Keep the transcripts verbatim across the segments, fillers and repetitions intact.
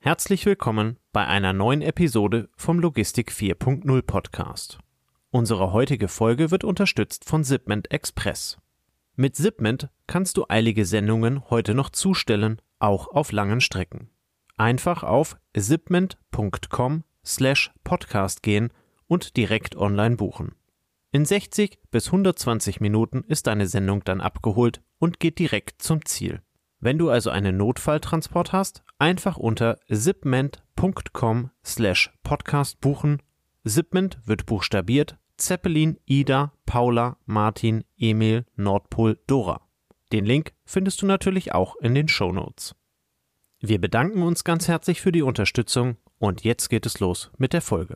Herzlich willkommen bei einer neuen Episode vom Logistik vier Punkt null Podcast. Unsere heutige Folge wird unterstützt von Zipment Express. Mit Zipment kannst du eilige Sendungen heute noch zustellen, auch auf langen Strecken. Einfach auf zipment punkt com slash podcast gehen und direkt online buchen. In sechzig bis hundertzwanzig Minuten ist deine Sendung dann abgeholt und geht direkt zum Ziel. Wenn du also einen Notfalltransport hast, einfach unter zipment punkt com slash podcast buchen. Zipment wird buchstabiert Zeppelin, Ida, Paula, Martin, Emil, Nordpol, Dora. Den Link findest du natürlich auch in den Shownotes. Wir bedanken uns ganz herzlich für die Unterstützung und jetzt geht es los mit der Folge.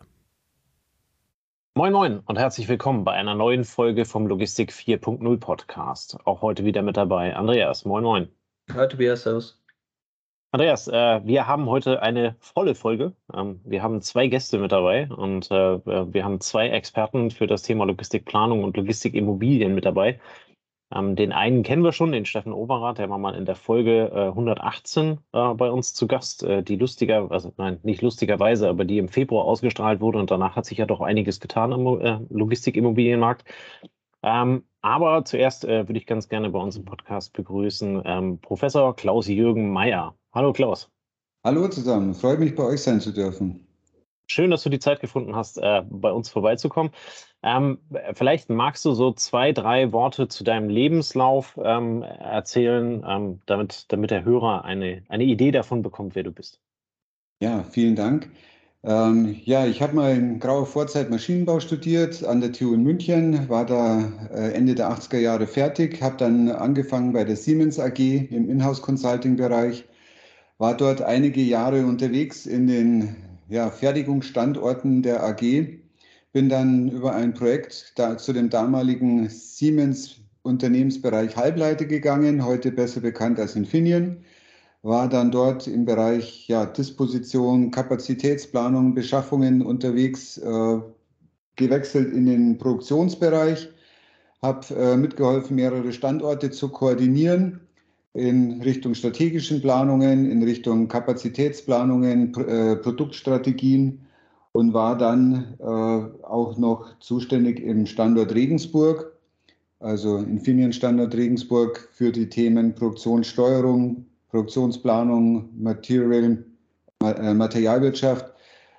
Moin Moin und herzlich willkommen bei einer neuen Folge vom Logistik vier Punkt null Podcast. Auch heute wieder mit dabei Andreas. Moin Moin. Hi Tobias, servus. Andreas, äh, wir haben heute eine volle Folge. Ähm, wir haben zwei Gäste mit dabei und äh, wir haben zwei Experten für das Thema Logistikplanung und Logistikimmobilien mit dabei. Ähm, den einen kennen wir schon, den Steffen Overath, der war mal in der Folge äh, hundertachtzehn äh, bei uns zu Gast, äh, die lustiger, also nein, nicht lustigerweise, aber die im Februar ausgestrahlt wurde und danach hat sich ja doch einiges getan im äh, Logistikimmobilienmarkt. Ähm, aber zuerst äh, würde ich ganz gerne bei uns im Podcast begrüßen ähm, Professor Klaus-Jürgen Meyer. Hallo Klaus. Hallo zusammen, freut mich bei euch sein zu dürfen. Schön, dass du die Zeit gefunden hast, äh, bei uns vorbeizukommen. Ähm, vielleicht magst du so zwei, drei Worte zu deinem Lebenslauf ähm, erzählen, ähm, damit, damit der Hörer eine, eine Idee davon bekommt, wer du bist. Ja, vielen Dank. Ähm, ja, ich habe mal in grauer Vorzeit Maschinenbau studiert an der T U in München, war da äh, Ende der achtziger Jahre fertig, habe dann angefangen bei der Siemens A G im Inhouse-Consulting-Bereich, war dort einige Jahre unterwegs in den ja, Fertigungsstandorten der A G, bin dann über ein Projekt da, zu dem damaligen Siemens-Unternehmensbereich Halbleiter gegangen, heute besser bekannt als Infineon. War dann dort im Bereich ja, Disposition, Kapazitätsplanung, Beschaffungen unterwegs, äh, gewechselt in den Produktionsbereich, habe äh, mitgeholfen, mehrere Standorte zu koordinieren in Richtung strategischen Planungen, in Richtung Kapazitätsplanungen, Pr äh, Produktstrategien und war dann äh, auch noch zuständig im Standort Regensburg, also Infineon-Standort Regensburg für die Themen Produktionssteuerung, Produktionsplanung, Material, äh, Materialwirtschaft,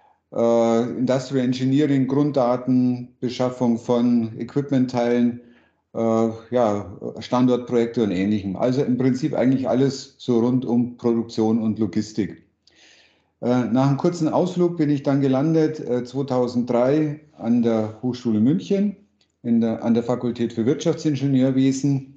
äh, Industrial Engineering, Grunddaten, Beschaffung von Equipmentteilen, äh, ja, Standortprojekte und Ähnlichem. Also im Prinzip eigentlich alles so rund um Produktion und Logistik. Äh, nach einem kurzen Ausflug bin ich dann gelandet äh, zweitausenddrei an der Hochschule München, in der, an der Fakultät für Wirtschaftsingenieurwesen.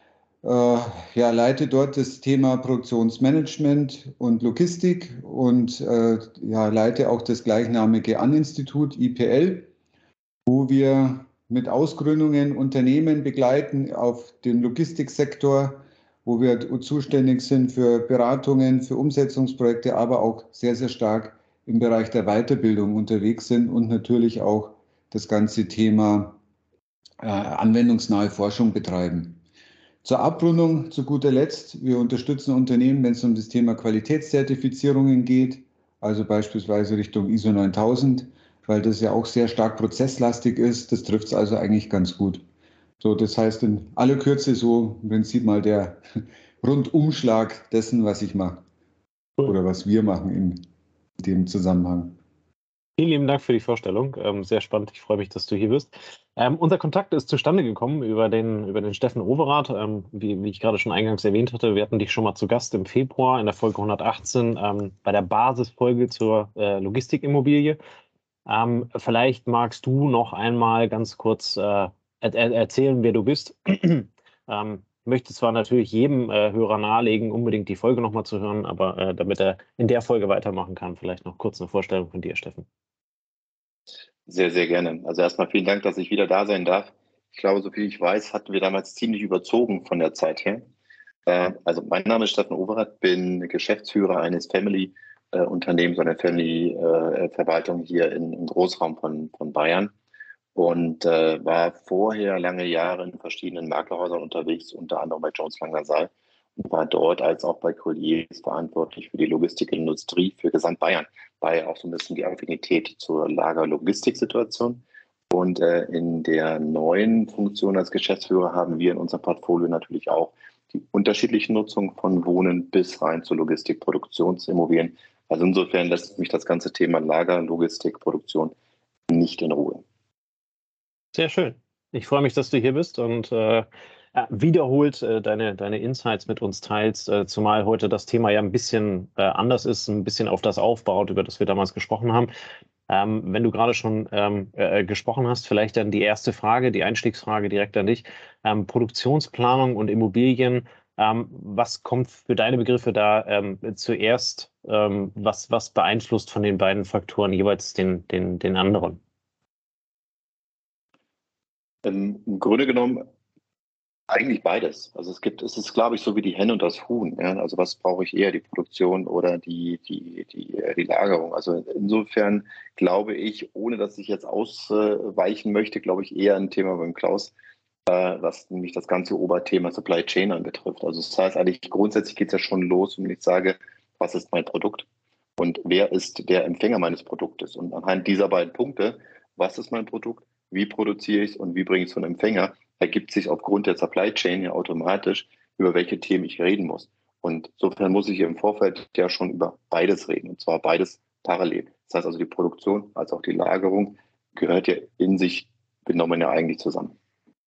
Äh, ja, leite dort das Thema Produktionsmanagement und Logistik und äh, ja, leite auch das gleichnamige An-Institut I P L, wo wir mit Ausgründungen Unternehmen begleiten auf dem Logistiksektor, wo wir zuständig sind für Beratungen, für Umsetzungsprojekte, aber auch sehr, sehr stark im Bereich der Weiterbildung unterwegs sind und natürlich auch das ganze Thema äh, anwendungsnahe Forschung betreiben. Zur Abrundung zu guter Letzt, wir unterstützen Unternehmen, wenn es um das Thema Qualitätszertifizierungen geht, also beispielsweise Richtung I S O neuntausend, weil das ja auch sehr stark prozesslastig ist. Das trifft es also eigentlich ganz gut. So, das heißt in aller Kürze so im Prinzip mal der Rundumschlag dessen, was ich mache oder was wir machen in dem Zusammenhang. Vielen lieben Dank für die Vorstellung. Ähm, sehr spannend. Ich freue mich, dass du hier bist. Ähm, unser Kontakt ist zustande gekommen über den, über den Steffen Overath. Ähm, wie, wie ich gerade schon eingangs erwähnt hatte, wir hatten dich schon mal zu Gast im Februar in der Folge hundertachtzehn ähm, bei der Basisfolge zur äh, Logistikimmobilie. Ähm, vielleicht magst du noch einmal ganz kurz äh, er erzählen, wer du bist. ähm, ich möchte zwar natürlich jedem äh, Hörer nahelegen, unbedingt die Folge nochmal zu hören, aber äh, damit er in der Folge weitermachen kann, vielleicht noch kurz eine Vorstellung von dir, Steffen. Sehr, sehr gerne. Also erstmal vielen Dank, dass ich wieder da sein darf. Ich glaube, so viel ich weiß, hatten wir damals ziemlich überzogen von der Zeit her. Äh, also mein Name ist Steffen Overath, bin Geschäftsführer eines Family-Unternehmens, äh, einer Family-Verwaltung hier in, im Großraum von, von Bayern und äh, war vorher lange Jahre in verschiedenen Maklerhäusern unterwegs, unter anderem bei Jones Lang LaSalle war dort als auch bei Colliers verantwortlich für die Logistik und Industrie für Gesamtbayern. War ja auch so ein bisschen die Affinität zur Lager-Logistik-Situation. Und äh, in der neuen Funktion als Geschäftsführer haben wir in unserem Portfolio natürlich auch die unterschiedliche Nutzung von Wohnen bis rein zu Logistik, Produktionsimmobilien. Also insofern lässt mich das ganze Thema Lager, Logistik, Produktion nicht in Ruhe. Sehr schön. Ich freue mich, dass du hier bist und äh, wiederholt äh, deine, deine Insights mit uns teilst, äh, zumal heute das Thema ja ein bisschen äh, anders ist, ein bisschen auf das aufbaut, über das wir damals gesprochen haben. Ähm, wenn du gerade schon ähm, äh, gesprochen hast, vielleicht dann die erste Frage, die Einstiegsfrage direkt an dich. Ähm, Produktionsplanung und Immobilien, ähm, was kommt für deine Begriffe da ähm, zuerst? Ähm, was, was beeinflusst von den beiden Faktoren jeweils den, den, den anderen? Ähm, Im Grunde genommen eigentlich beides. Also es gibt, es ist, glaube ich, so wie die Henne und das Huhn. Ja? Also was brauche ich eher, die Produktion oder die, die, die, die Lagerung? Also insofern glaube ich, ohne dass ich jetzt ausweichen möchte, glaube ich eher ein Thema beim Klaus, äh, was nämlich das ganze Oberthema Supply Chain anbetrifft. Also das heißt eigentlich, grundsätzlich geht es ja schon los, wenn ich sage, was ist mein Produkt und wer ist der Empfänger meines Produktes? Und anhand dieser beiden Punkte, was ist mein Produkt, wie produziere ich es und wie bringe ich es zum Empfänger, ergibt sich aufgrund der Supply Chain ja automatisch, über welche Themen ich reden muss. Und insofern muss ich im Vorfeld ja schon über beides reden, und zwar beides parallel. Das heißt also, die Produktion als auch die Lagerung gehört ja in sich genommen ja eigentlich zusammen.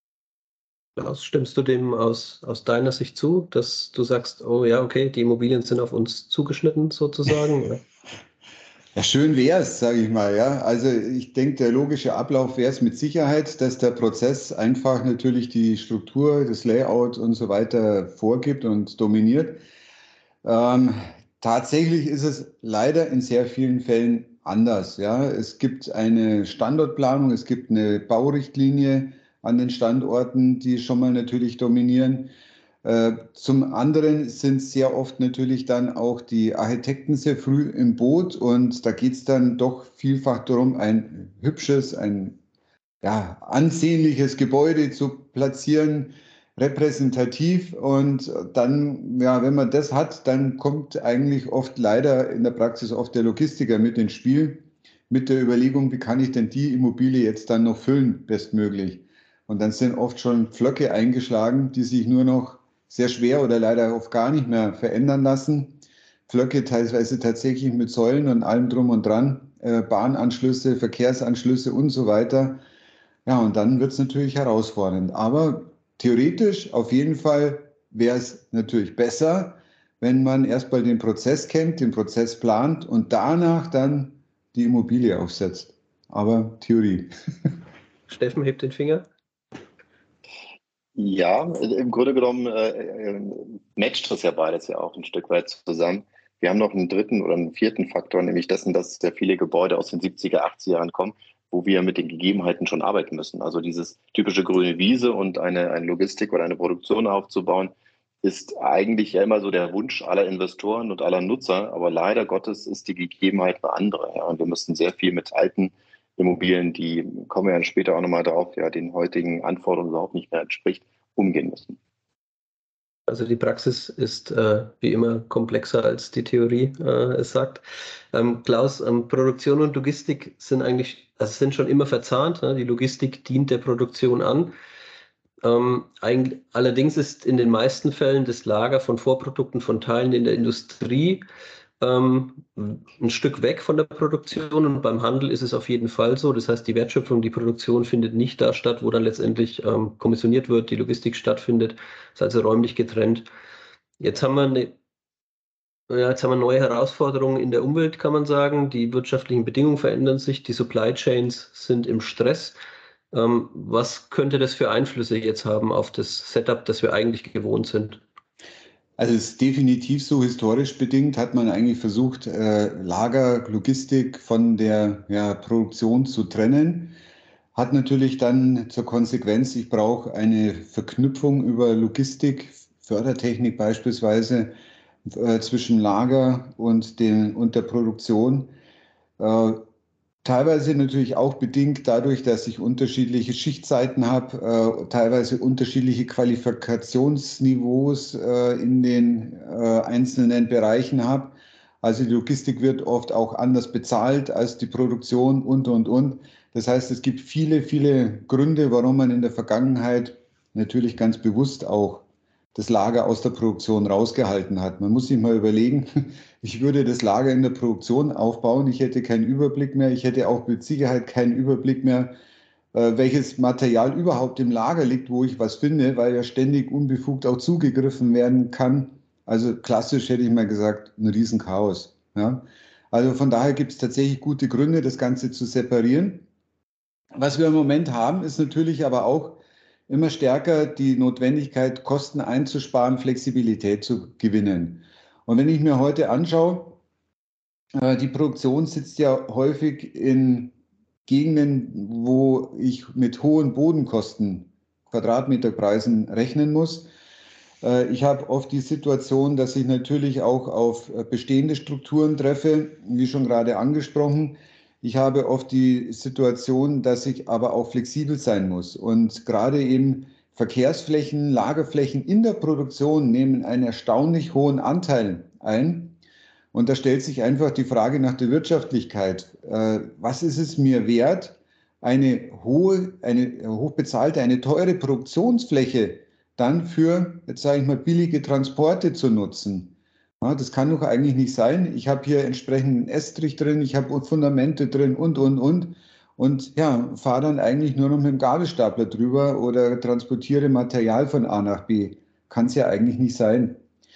Klaus, stimmst du dem aus, aus deiner Sicht zu, dass du sagst, oh ja, okay, die Immobilien sind auf uns zugeschnitten sozusagen? Oder? Ja, schön wäre es, sage ich mal. Ja. Also ich denke, der logische Ablauf wäre es mit Sicherheit, dass der Prozess einfach natürlich die Struktur, das Layout und so weiter vorgibt und dominiert. Ähm, tatsächlich ist es leider in sehr vielen Fällen anders. Ja. Es gibt eine Standortplanung, es gibt eine Baurichtlinie an den Standorten, die schon mal natürlich dominieren. Äh, Zum anderen sind sehr oft natürlich dann auch die Architekten sehr früh im Boot und da geht es dann doch vielfach darum, ein hübsches, ein ja, ansehnliches Gebäude zu platzieren, repräsentativ und dann, ja, wenn man das hat, dann kommt eigentlich oft leider in der Praxis oft der Logistiker mit ins Spiel, mit der Überlegung, wie kann ich denn die Immobilie jetzt dann noch füllen, bestmöglich. Und dann sind oft schon Pflöcke eingeschlagen, die sich nur noch sehr schwer oder leider oft gar nicht mehr verändern lassen. Pflöcke teilweise tatsächlich mit Säulen und allem drum und dran, äh, Bahnanschlüsse, Verkehrsanschlüsse und so weiter. Ja, und dann wird es natürlich herausfordernd. Aber theoretisch auf jeden Fall wäre es natürlich besser, wenn man erstmal den Prozess kennt, den Prozess plant und danach dann die Immobilie aufsetzt. Aber Theorie. Steffen hebt den Finger. Ja, im Grunde genommen äh, äh, matcht das ja beides ja auch ein Stück weit zusammen. Wir haben noch einen dritten oder einen vierten Faktor, nämlich dessen, dass sehr viele Gebäude aus den siebziger, achtziger Jahren kommen, wo wir mit den Gegebenheiten schon arbeiten müssen. Also dieses typische grüne Wiese und eine, eine Logistik oder eine Produktion aufzubauen, ist eigentlich ja immer so der Wunsch aller Investoren und aller Nutzer. Aber leider Gottes ist die Gegebenheit eine andere. Ja. Und wir müssen sehr viel mit alten Immobilien, die, kommen wir ja später auch nochmal drauf, ja, den heutigen Anforderungen überhaupt nicht mehr entspricht, umgehen müssen. Also die Praxis ist äh, wie immer komplexer als die Theorie äh, es sagt. Ähm, Klaus, ähm, Produktion und Logistik sind eigentlich, also sind schon immer verzahnt. Ne? Die Logistik dient der Produktion an. Ähm, eigentlich, allerdings ist in den meisten Fällen das Lager von Vorprodukten von Teilen in der Industrie ähm, ein Stück weg von der Produktion und beim Handel ist es auf jeden Fall so. Das heißt, die Wertschöpfung, die Produktion findet nicht da statt, wo dann letztendlich ähm, kommissioniert wird, die Logistik stattfindet. Ist also räumlich getrennt. Jetzt haben wir eine ja, jetzt haben wir neue Herausforderungen in der Umwelt, kann man sagen. Die wirtschaftlichen Bedingungen verändern sich, die Supply Chains sind im Stress. Ähm, was könnte das für Einflüsse jetzt haben auf das Setup, das wir eigentlich gewohnt sind? Also es ist definitiv so, historisch bedingt hat man eigentlich versucht, äh, Lager, Logistik von der ja, Produktion zu trennen. Hat natürlich dann zur Konsequenz, ich brauche eine Verknüpfung über Logistik, Fördertechnik beispielsweise, äh, zwischen Lager und, den, und der Produktion. Äh, Teilweise natürlich auch bedingt dadurch, dass ich unterschiedliche Schichtzeiten habe, äh, teilweise unterschiedliche Qualifikationsniveaus äh, in den äh, einzelnen Bereichen habe. Also die Logistik wird oft auch anders bezahlt als die Produktion und, und, und. Das heißt, es gibt viele, viele Gründe, warum man in der Vergangenheit natürlich ganz bewusst auch das Lager aus der Produktion rausgehalten hat. Man muss sich mal überlegen, ich würde das Lager in der Produktion aufbauen, ich hätte keinen Überblick mehr, ich hätte auch mit Sicherheit keinen Überblick mehr, äh, welches Material überhaupt im Lager liegt, wo ich was finde, weil ja ständig unbefugt auch zugegriffen werden kann. Also klassisch hätte ich mal gesagt, ein Riesenchaos. Ja? Also von daher gibt es tatsächlich gute Gründe, das Ganze zu separieren. Was wir im Moment haben, ist natürlich aber auch immer stärker die Notwendigkeit, Kosten einzusparen, Flexibilität zu gewinnen. Und wenn ich mir heute anschaue, äh, die Produktion sitzt ja häufig in Gegenden, wo ich mit hohen Bodenkosten, Quadratmeterpreisen rechnen muss. Äh, Ich habe oft die Situation, dass ich natürlich auch auf äh, bestehende Strukturen treffe, wie schon gerade angesprochen. Ich habe oft die Situation, dass ich aber auch flexibel sein muss. Und gerade eben Verkehrsflächen, Lagerflächen in der Produktion nehmen einen erstaunlich hohen Anteil ein. Und da stellt sich einfach die Frage nach der Wirtschaftlichkeit. Äh, Was ist es mir wert, eine hohe, eine hochbezahlte, eine teure Produktionsfläche dann für, jetzt sage ich mal, billige Transporte zu nutzen? Ja, das kann doch eigentlich nicht sein. Ich habe hier entsprechenden Estrich drin, ich habe Fundamente drin und, und, und. Und ja, fahre dann eigentlich nur noch mit dem Gabelstapler drüber oder transportiere Material von A nach B. Kann es ja eigentlich nicht sein.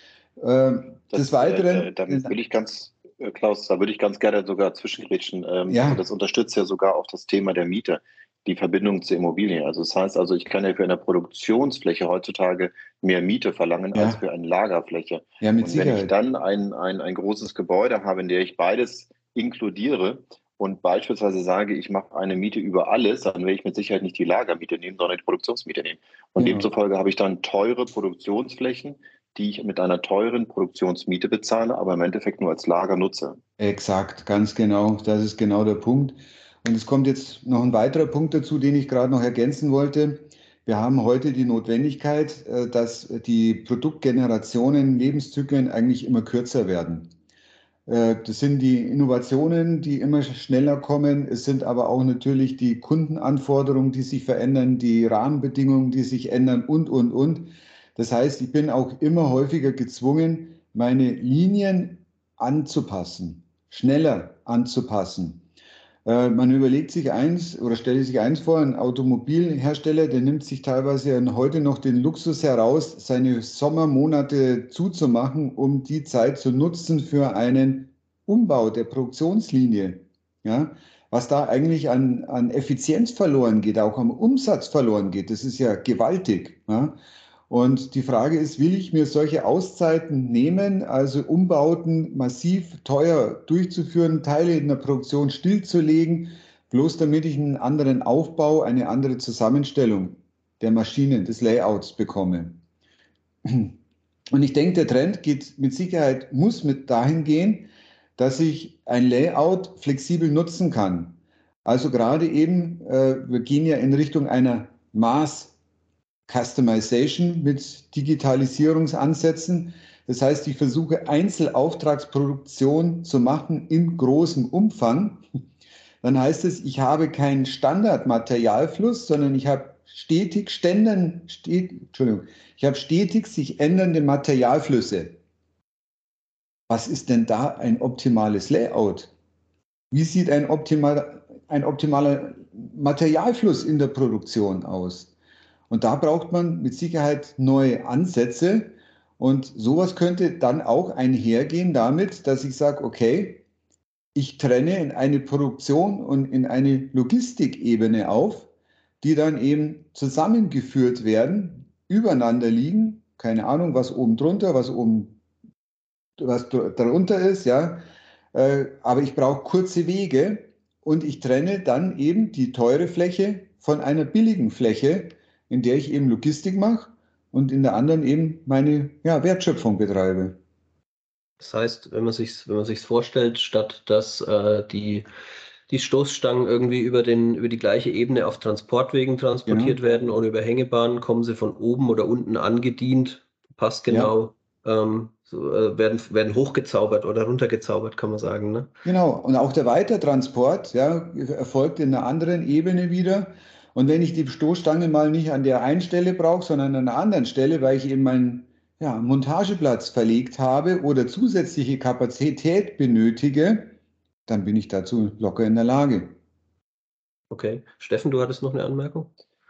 Äh, des Das, äh, da, Weiteren, da äh, will ich ganz, äh, Klaus, da würde ich ganz gerne sogar zwischengrätschen. Ähm, ja, das unterstützt ja sogar auch das Thema der Miete, die Verbindung zur Immobilie. Also das heißt also, ich kann ja für eine Produktionsfläche heutzutage mehr Miete verlangen als ja, für eine Lagerfläche. ja, mit Und wenn ich Sicherheit. dann ein, ein, ein großes Gebäude habe, in der ich beides inkludiere und beispielsweise sage, ich mache eine Miete über alles, dann werde ich mit Sicherheit nicht die Lagermiete nehmen, sondern die Produktionsmiete nehmen. Und Genau. demzufolge habe ich dann teure Produktionsflächen, die ich mit einer teuren Produktionsmiete bezahle, aber im Endeffekt nur als Lager nutze. Exakt, ganz genau. Das ist genau der Punkt. Und es kommt jetzt noch ein weiterer Punkt dazu, den ich gerade noch ergänzen wollte. Wir haben heute die Notwendigkeit, äh, dass die Produktgenerationen, Lebenszyklen eigentlich immer kürzer werden. Äh, Das sind die Innovationen, die immer schneller kommen. Es sind aber auch natürlich die Kundenanforderungen, die sich verändern, die Rahmenbedingungen, die sich ändern und, und, und. Das heißt, ich bin auch immer häufiger gezwungen, meine Linien anzupassen, schneller anzupassen. Äh, Man überlegt sich eins oder stellt sich eins vor, ein Automobilhersteller, der nimmt sich teilweise ja heute noch den Luxus heraus, seine Sommermonate zuzumachen, um die Zeit zu nutzen für einen Umbau der Produktionslinie. Ja, was da eigentlich an, an Effizienz verloren geht, auch am Umsatz verloren geht, das ist ja gewaltig. Ja. Und die Frage ist, will ich mir solche Auszeiten nehmen, also Umbauten massiv teuer durchzuführen, Teile in der Produktion stillzulegen, bloß damit ich einen anderen Aufbau, eine andere Zusammenstellung der Maschinen, des Layouts bekomme? Und ich denke, der Trend geht mit Sicherheit, muss mit dahin gehen, dass ich ein Layout flexibel nutzen kann. Also gerade eben, äh, wir gehen ja in Richtung einer Maß- Customization mit Digitalisierungsansätzen. Das heißt, ich versuche Einzelauftragsproduktion zu machen in großem Umfang. Dann heißt es, ich habe keinen Standardmaterialfluss, sondern ich habe stetig ständen, stet, Entschuldigung, ich habe stetig sich ändernde Materialflüsse. Was ist denn da ein optimales Layout? Wie sieht ein, optimal, ein optimaler Materialfluss in der Produktion aus? Und da braucht man mit Sicherheit neue Ansätze. Und sowas könnte dann auch einhergehen damit, dass ich sage, okay, ich trenne in eine Produktion und in eine Logistikebene auf, die dann eben zusammengeführt werden, übereinander liegen. Keine Ahnung, was oben drunter, was oben, was darunter ist, ja. Äh, Aber ich brauche kurze Wege und ich trenne dann eben die teure Fläche von einer billigen Fläche, in der ich eben Logistik mache und in der anderen eben meine ja, Wertschöpfung betreibe. Das heißt, wenn man sich, wenn man sich vorstellt, statt dass äh, die die Stoßstangen irgendwie über den, über die gleiche Ebene auf Transportwegen transportiert Genau. werden oder über Hängebahnen, kommen sie von oben oder unten angedient, Ja, passgenau, ähm, so, äh, werden, werden hochgezaubert oder runtergezaubert, kann man sagen, ne? genau. Und auch der Weitertransport, ja, erfolgt in einer anderen Ebene wieder. Und wenn ich die Stoßstange mal nicht an der einen Stelle brauche, sondern an einer anderen Stelle, weil ich eben meinen ja, Montageplatz verlegt habe oder zusätzliche Kapazität benötige, dann bin ich dazu locker in der Lage. Okay. Steffen, du hattest noch eine Anmerkung?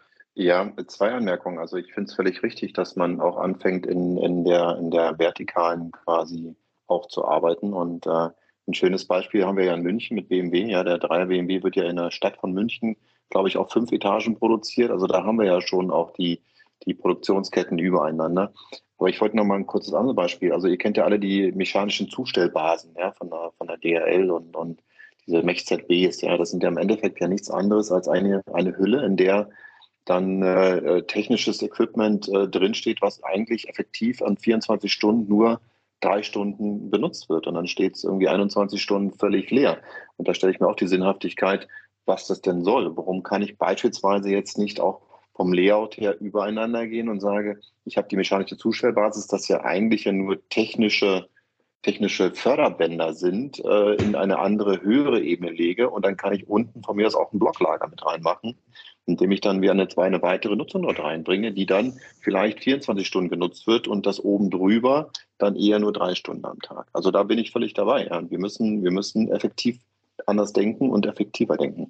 Ja, zwei Anmerkungen. Also ich finde es völlig richtig, dass man auch anfängt, in, in der, in der Vertikalen quasi auch zu arbeiten. Und äh, ein schönes Beispiel haben wir ja in München mit B M W. Ja, der Dreier B M W wird ja in der Stadt von München, glaube ich, auf fünf Etagen produziert. Also da haben wir ja schon auch die, die Produktionsketten übereinander. Aber ich wollte noch mal ein kurzes anderes Beispiel. Also ihr kennt ja alle die mechanischen Zustellbasen, ja, von der, von der D H L und, und diese Mech-Z Bs. Ja, das sind ja im Endeffekt ja nichts anderes als eine, eine Hülle, in der dann äh, technisches Equipment äh, drinsteht, was eigentlich effektiv an vierundzwanzig Stunden nur drei Stunden benutzt wird. Und dann steht es irgendwie einundzwanzig Stunden völlig leer. Und da stelle ich mir auch die Sinnhaftigkeit, was das denn soll. Warum kann ich beispielsweise jetzt nicht auch vom Layout her übereinander gehen und sage, ich habe die mechanische Zustellbasis, das ja eigentlich ja nur technische technische Förderbänder sind, äh, in eine andere, höhere Ebene lege und dann kann ich unten von mir aus auch ein Blocklager mit reinmachen, indem ich dann wieder eine, eine weitere Nutzung dort reinbringe, die dann vielleicht vierundzwanzig Stunden genutzt wird und das oben drüber dann eher nur drei Stunden am Tag. Also da bin ich völlig dabei. Ja. Wir müssen, wir müssen effektiv anders denken und effektiver denken.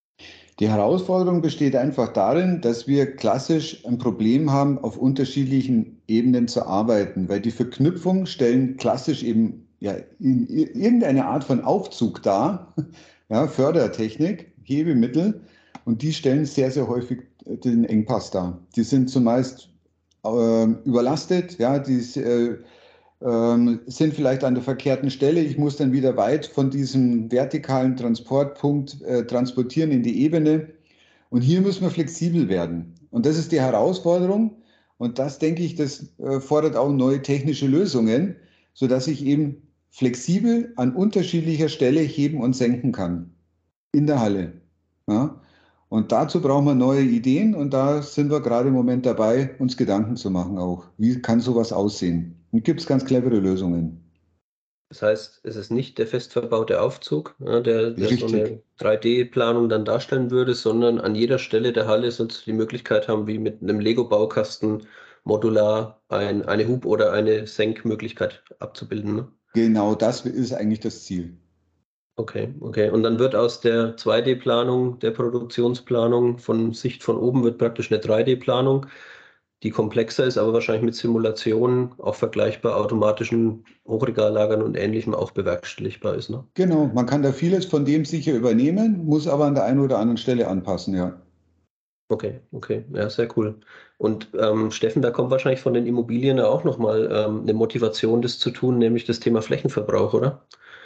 Die Herausforderung besteht einfach darin, dass wir klassisch ein Problem haben, auf unterschiedlichen Ebenen zu arbeiten, weil die Verknüpfung stellen klassisch eben ja, in, in irgendeine Art von Aufzug dar, ja, Fördertechnik, Hebemittel, und die stellen sehr, sehr häufig den Engpass dar. Die sind zumeist äh, überlastet, ja, die äh, ähm, sind vielleicht an der verkehrten Stelle. Ich muss dann wieder weit von diesem vertikalen Transportpunkt äh, transportieren in die Ebene. Und hier müssen wir flexibel werden. Und das ist die Herausforderung. Und das, denke ich, das äh, fordert auch neue technische Lösungen, sodass ich eben flexibel an unterschiedlicher Stelle heben und senken kann in der Halle. Ja? Und dazu brauchen wir neue Ideen und da sind wir gerade im Moment dabei, uns Gedanken zu machen auch. Wie kann sowas aussehen? Und gibt es ganz clevere Lösungen. Das heißt, es ist nicht der fest verbaute Aufzug, ja, der, der so Richtig. eine drei D-Planung dann darstellen würde, sondern an jeder Stelle der Halle sollst du die Möglichkeit haben, wie mit einem Lego-Baukasten modular ein, eine Hub- oder eine Senkmöglichkeit abzubilden. Ne? Genau das ist eigentlich das Ziel. Okay, okay. Und dann wird aus der zwei D-Planung, der Produktionsplanung von Sicht von oben wird praktisch eine drei D-Planung, die komplexer ist, aber wahrscheinlich mit Simulationen auch vergleichbar automatischen Hochregallagern und Ähnlichem auch bewerkstelligbar ist, ne? Genau, man kann da vieles von dem sicher übernehmen, muss aber an der einen oder anderen Stelle anpassen, ja. Okay, okay, ja, sehr cool. Und ähm, Steffen, da kommt wahrscheinlich von den Immobilien ja auch nochmal ähm, eine Motivation, das zu tun, nämlich das Thema Flächenverbrauch, oder?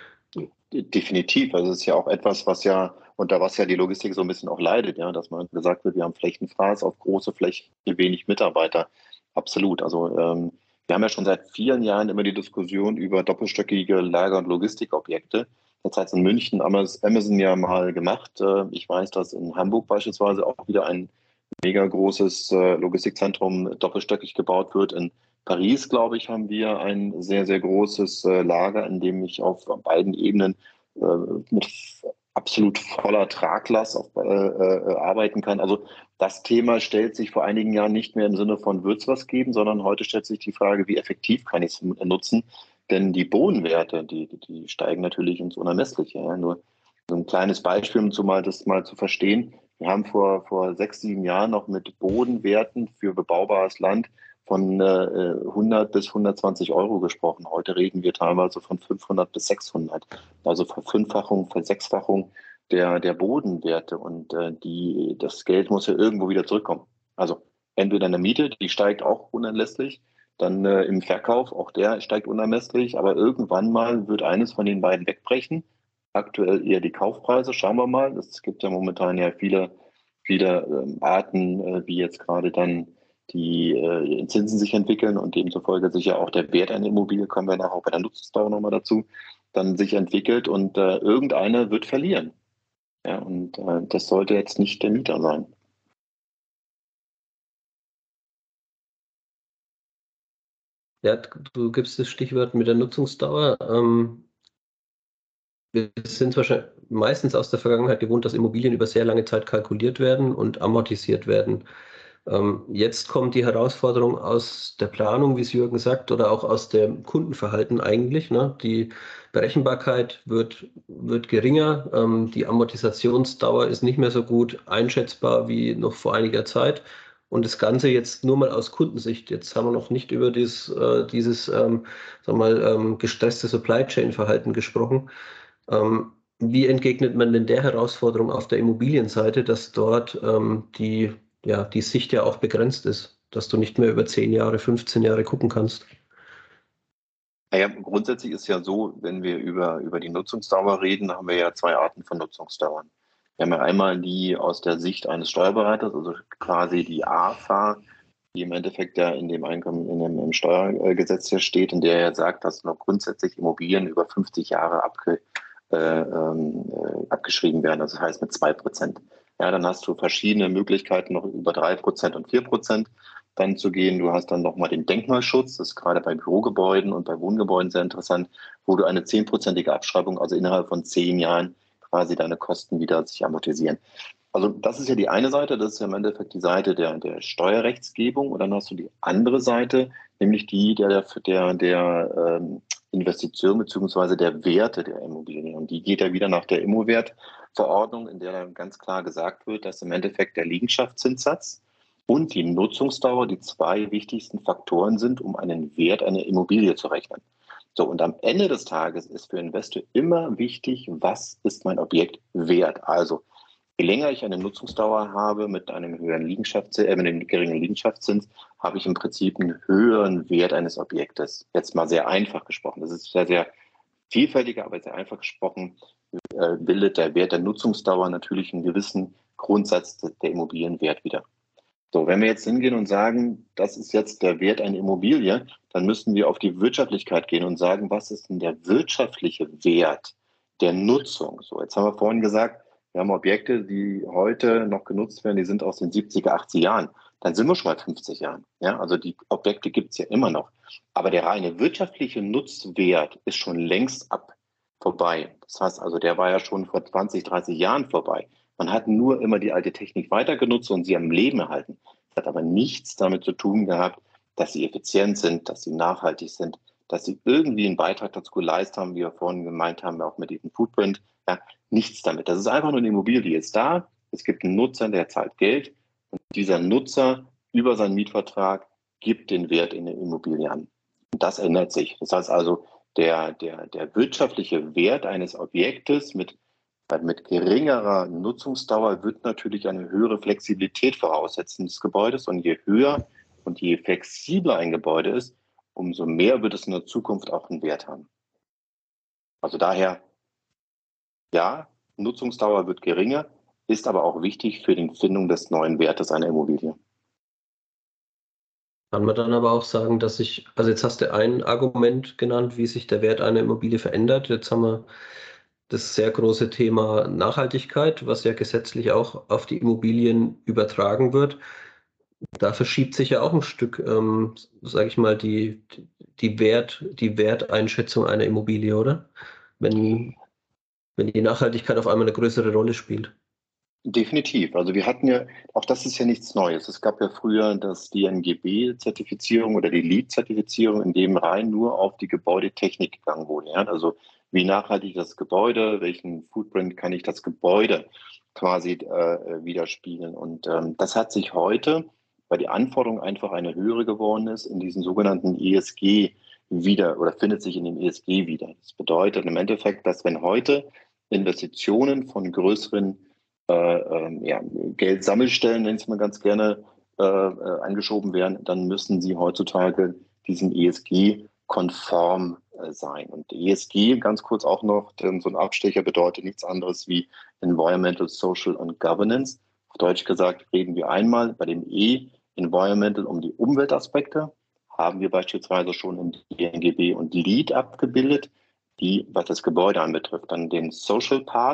Definitiv. Also es ist ja auch etwas, was ja, unter was ja die Logistik so ein bisschen auch leidet, ja, dass man gesagt wird, wir haben Flächenfraß auf große Fläche, wenig Mitarbeiter. Absolut. Also ähm, wir haben ja schon seit vielen Jahren immer die Diskussion über doppelstöckige Lager- und Logistikobjekte. Jetzt hat es in München Amazon ja mal gemacht. Äh, Ich weiß, dass in Hamburg beispielsweise auch wieder ein mega großes äh, Logistikzentrum doppelstöckig gebaut wird. In Paris, glaube ich, haben wir ein sehr, sehr großes äh, Lager, in dem ich auf beiden Ebenen äh, mit absolut voller Traglast auf, äh, äh, arbeiten kann. Also das Thema stellt sich vor einigen Jahren nicht mehr im Sinne von wird es was geben, sondern heute stellt sich die Frage, wie effektiv kann ich es nutzen? Denn die Bodenwerte, die, die steigen natürlich ins Unermessliche. Ja? Nur so ein kleines Beispiel, um zu mal, das mal zu verstehen. Wir haben vor, vor sechs, sieben Jahren noch mit Bodenwerten für bebaubares Land von äh, hundert bis hundertzwanzig Euro gesprochen. Heute reden wir teilweise von fünfhundert bis sechshundert. Also Verfünffachung, Versechsfachung der, der Bodenwerte. Und äh, die, das Geld muss ja irgendwo wieder zurückkommen. Also entweder in der Miete, die steigt auch unerlässlich, dann äh, im Verkauf, auch der steigt unermesslich, aber irgendwann mal wird eines von den beiden wegbrechen. Aktuell eher die Kaufpreise, schauen wir mal. Es gibt ja momentan ja viele, viele ähm, Arten, äh, wie jetzt gerade dann die äh, Zinsen sich entwickeln und demzufolge sich ja auch der Wert einer Immobilie, kommen wir nachher auch bei der Nutzungsdauer nochmal dazu, dann sich entwickelt und äh, irgendeiner wird verlieren. Ja, und äh, das sollte jetzt nicht der Mieter sein. Ja, du gibst das Stichwort mit der Nutzungsdauer. Ähm, wir sind wahrscheinlich meistens aus der Vergangenheit gewohnt, dass Immobilien über sehr lange Zeit kalkuliert werden und amortisiert werden. Ähm, jetzt kommt die Herausforderung aus der Planung, wie es Jürgen sagt, oder auch aus dem Kundenverhalten eigentlich. Ne? Die Berechenbarkeit wird, wird geringer, ähm, die Amortisationsdauer ist nicht mehr so gut einschätzbar wie noch vor einiger Zeit. Und das Ganze jetzt nur mal aus Kundensicht. Jetzt haben wir noch nicht über dieses, äh, dieses ähm, sag mal, ähm, gestresste Supply Chain Verhalten gesprochen. Ähm, wie entgegnet man denn der Herausforderung auf der Immobilienseite, dass dort ähm, die, ja, die Sicht ja auch begrenzt ist, dass du nicht mehr über zehn Jahre, fünfzehn Jahre gucken kannst? Naja, grundsätzlich ist ja so, wenn wir über, über die Nutzungsdauer reden, haben wir ja zwei Arten von Nutzungsdauern. Wir haben ja einmal die aus der Sicht eines Steuerberaters, also quasi die A F A, die im Endeffekt ja in dem Einkommen, in dem im Steuergesetz hier steht, in der er sagt, dass noch grundsätzlich Immobilien über fünfzig Jahre abge, äh, ähm, äh, abgeschrieben werden. Also das heißt mit zwei Prozent. Ja, dann hast du verschiedene Möglichkeiten, noch über drei Prozent und vier Prozent dann zu gehen. Du hast dann nochmal den Denkmalschutz, das ist gerade bei Bürogebäuden und bei Wohngebäuden sehr interessant, wo du eine zehnprozentige Abschreibung, also innerhalb von zehn Jahren quasi deine Kosten wieder sich amortisieren. Also das ist ja die eine Seite, das ist ja im Endeffekt die Seite der, der Steuerrechtsgebung. Und dann hast du die andere Seite, nämlich die der, der, der ähm, Investition beziehungsweise der Werte der Immobilien. Und die geht ja wieder nach der Immowertverordnung, in der dann ganz klar gesagt wird, dass im Endeffekt der Liegenschaftszinssatz und die Nutzungsdauer die zwei wichtigsten Faktoren sind, um einen Wert einer Immobilie zu rechnen. So, und am Ende des Tages ist für Investor immer wichtig, was ist mein Objekt wert? Also, je länger ich eine Nutzungsdauer habe mit einem höheren Liegenschaftszins, äh, mit einem geringen Liegenschaftszins, habe ich im Prinzip einen höheren Wert eines Objektes. Jetzt mal sehr einfach gesprochen. Das ist sehr, sehr vielfältiger, aber sehr einfach gesprochen, äh, bildet der Wert der Nutzungsdauer natürlich einen gewissen Grundsatz der Immobilienwert wieder. So, wenn wir jetzt hingehen und sagen, das ist jetzt der Wert einer Immobilie, dann müssen wir auf die Wirtschaftlichkeit gehen und sagen, was ist denn der wirtschaftliche Wert der Nutzung? So, jetzt haben wir vorhin gesagt, wir haben Objekte, die heute noch genutzt werden, die sind aus den siebziger, achtziger Jahren. Dann sind wir schon bei fünfzig Jahren. Ja, also die Objekte gibt es ja immer noch. Aber der reine wirtschaftliche Nutzwert ist schon längst ab vorbei. Das heißt also, der war ja schon vor zwanzig, dreißig Jahren vorbei. Man hat nur immer die alte Technik weiter genutzt und sie am Leben erhalten. Das hat aber nichts damit zu tun gehabt, dass sie effizient sind, dass sie nachhaltig sind, dass sie irgendwie einen Beitrag dazu geleistet haben, wie wir vorhin gemeint haben, auch mit diesem Footprint. Ja, nichts damit. Das ist einfach nur eine Immobilie, die ist da. Es gibt einen Nutzer, der zahlt Geld und dieser Nutzer über seinen Mietvertrag gibt den Wert in der Immobilie an. Und das ändert sich. Das heißt also, der, der, der wirtschaftliche Wert eines Objektes mit mit geringerer Nutzungsdauer wird natürlich eine höhere Flexibilität voraussetzen des Gebäudes. Und je höher und je flexibler ein Gebäude ist, umso mehr wird es in der Zukunft auch einen Wert haben. Also daher, ja, Nutzungsdauer wird geringer, ist aber auch wichtig für die Findung des neuen Wertes einer Immobilie. Kann man dann aber auch sagen, dass sich, also jetzt hast du ein Argument genannt, wie sich der Wert einer Immobilie verändert. Jetzt haben wir das sehr große Thema Nachhaltigkeit, was ja gesetzlich auch auf die Immobilien übertragen wird. Da verschiebt sich ja auch ein Stück, ähm, sage ich mal, die, die, Wert, die Werteinschätzung einer Immobilie, oder? Wenn, wenn die Nachhaltigkeit auf einmal eine größere Rolle spielt. Definitiv. Also wir hatten ja, auch das ist ja nichts Neues. Es gab ja früher das D N G B-Zertifizierung oder die LEED-Zertifizierung, in dem rein nur auf die Gebäudetechnik gegangen wurde. Ja? Also wie nachhaltig das Gebäude, welchen Footprint kann ich das Gebäude quasi äh, widerspiegeln. Und ähm, das hat sich heute, weil die Anforderung einfach eine höhere geworden ist, in diesen sogenannten E S G wieder oder findet sich in dem E S G wieder. Das bedeutet im Endeffekt, dass wenn heute Investitionen von größeren Äh, äh, ja, Geldsammelstellen, nenne ich es mal ganz gerne, äh, äh, angeschoben werden, dann müssen sie heutzutage diesem E S G-konform äh, sein. Und E S G, ganz kurz auch noch, denn so ein Abstecher bedeutet nichts anderes wie Environmental, Social und Governance. Auf Deutsch gesagt reden wir einmal bei dem E, Environmental, um die Umweltaspekte, haben wir beispielsweise schon im D N G B und LEED abgebildet, die, was das Gebäude anbetrifft. Dann den Social Part,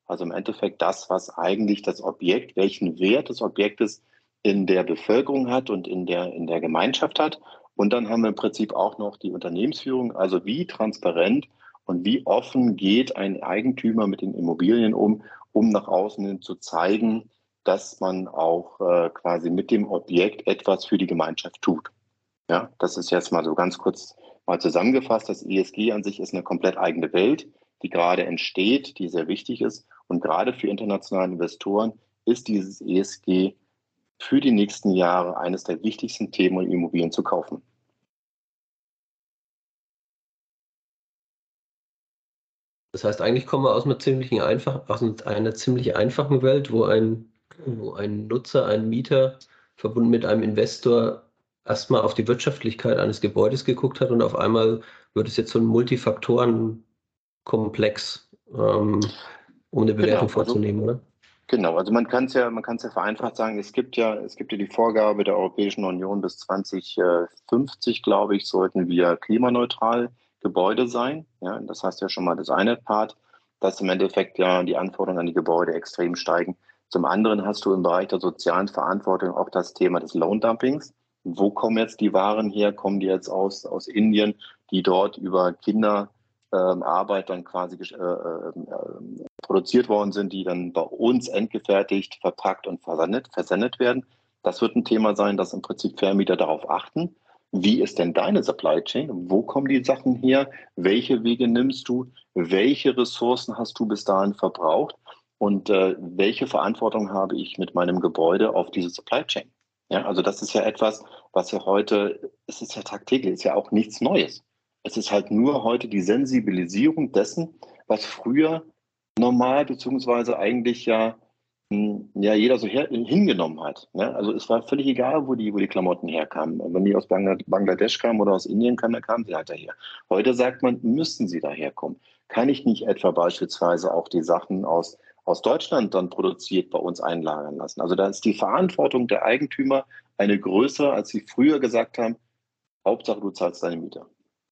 Also im Endeffekt das, was eigentlich das Objekt, welchen Wert des Objektes in der Bevölkerung hat und in der, in der Gemeinschaft hat. Und dann haben wir im Prinzip auch noch die Unternehmensführung, also wie transparent und wie offen geht ein Eigentümer mit den Immobilien um, um nach außen hin zu zeigen, dass man auch äh, quasi mit dem Objekt etwas für die Gemeinschaft tut. Ja, das ist jetzt mal so ganz kurz mal zusammengefasst. Das E S G an sich ist eine komplett eigene Welt, die gerade entsteht, die sehr wichtig ist. Und gerade für internationale Investoren ist dieses E S G für die nächsten Jahre eines der wichtigsten Themen, um Immobilien zu kaufen. Das heißt, eigentlich kommen wir aus einer ziemlich einfach, aus einer ziemlich einfachen Welt, wo ein, wo ein Nutzer, ein Mieter verbunden mit einem Investor erstmal auf die Wirtschaftlichkeit eines Gebäudes geguckt hat und auf einmal wird es jetzt so ein Multifaktorenkomplex, ähm, um eine Bewertung Genau, also, vorzunehmen, oder? Genau, also man kann es ja, man kann es ja vereinfacht sagen, es gibt ja, es gibt ja die Vorgabe der Europäischen Union bis zwanzig fünfzig, glaube ich, sollten wir klimaneutral Gebäude sein. Ja, das heißt ja schon mal das eine Part, dass im Endeffekt ja die Anforderungen an die Gebäude extrem steigen. Zum anderen hast du im Bereich der sozialen Verantwortung auch das Thema des Lohndumpings. Wo kommen jetzt die Waren her? Kommen die jetzt aus, aus Indien, die dort über Kinderarbeit ähm, dann quasi äh, äh, produziert worden sind, die dann bei uns endgefertigt, verpackt und versendet, versendet werden. Das wird ein Thema sein, dass im Prinzip Vermieter darauf achten. Wie ist denn deine Supply Chain? Wo kommen die Sachen her? Welche Wege nimmst du? Welche Ressourcen hast du bis dahin verbraucht? Und äh, welche Verantwortung habe ich mit meinem Gebäude auf diese Supply Chain? Ja, also das ist ja etwas, was ja heute, es ist ja tagtäglich, ist ja auch nichts Neues. Es ist halt nur heute die Sensibilisierung dessen, was früher normal beziehungsweise eigentlich ja, ja jeder so her, hingenommen hat. Ne? Also es war völlig egal, wo die, wo die Klamotten herkamen. Wenn die aus Bangladesch kamen oder aus Indien kamen, dann kamen sie halt daher. Heute sagt man, müssen sie daherkommen. Kann ich nicht etwa beispielsweise auch die Sachen aus, aus Deutschland dann produziert bei uns einlagern lassen? Also da ist die Verantwortung der Eigentümer eine größere, als sie früher gesagt haben, Hauptsache du zahlst deine Miete.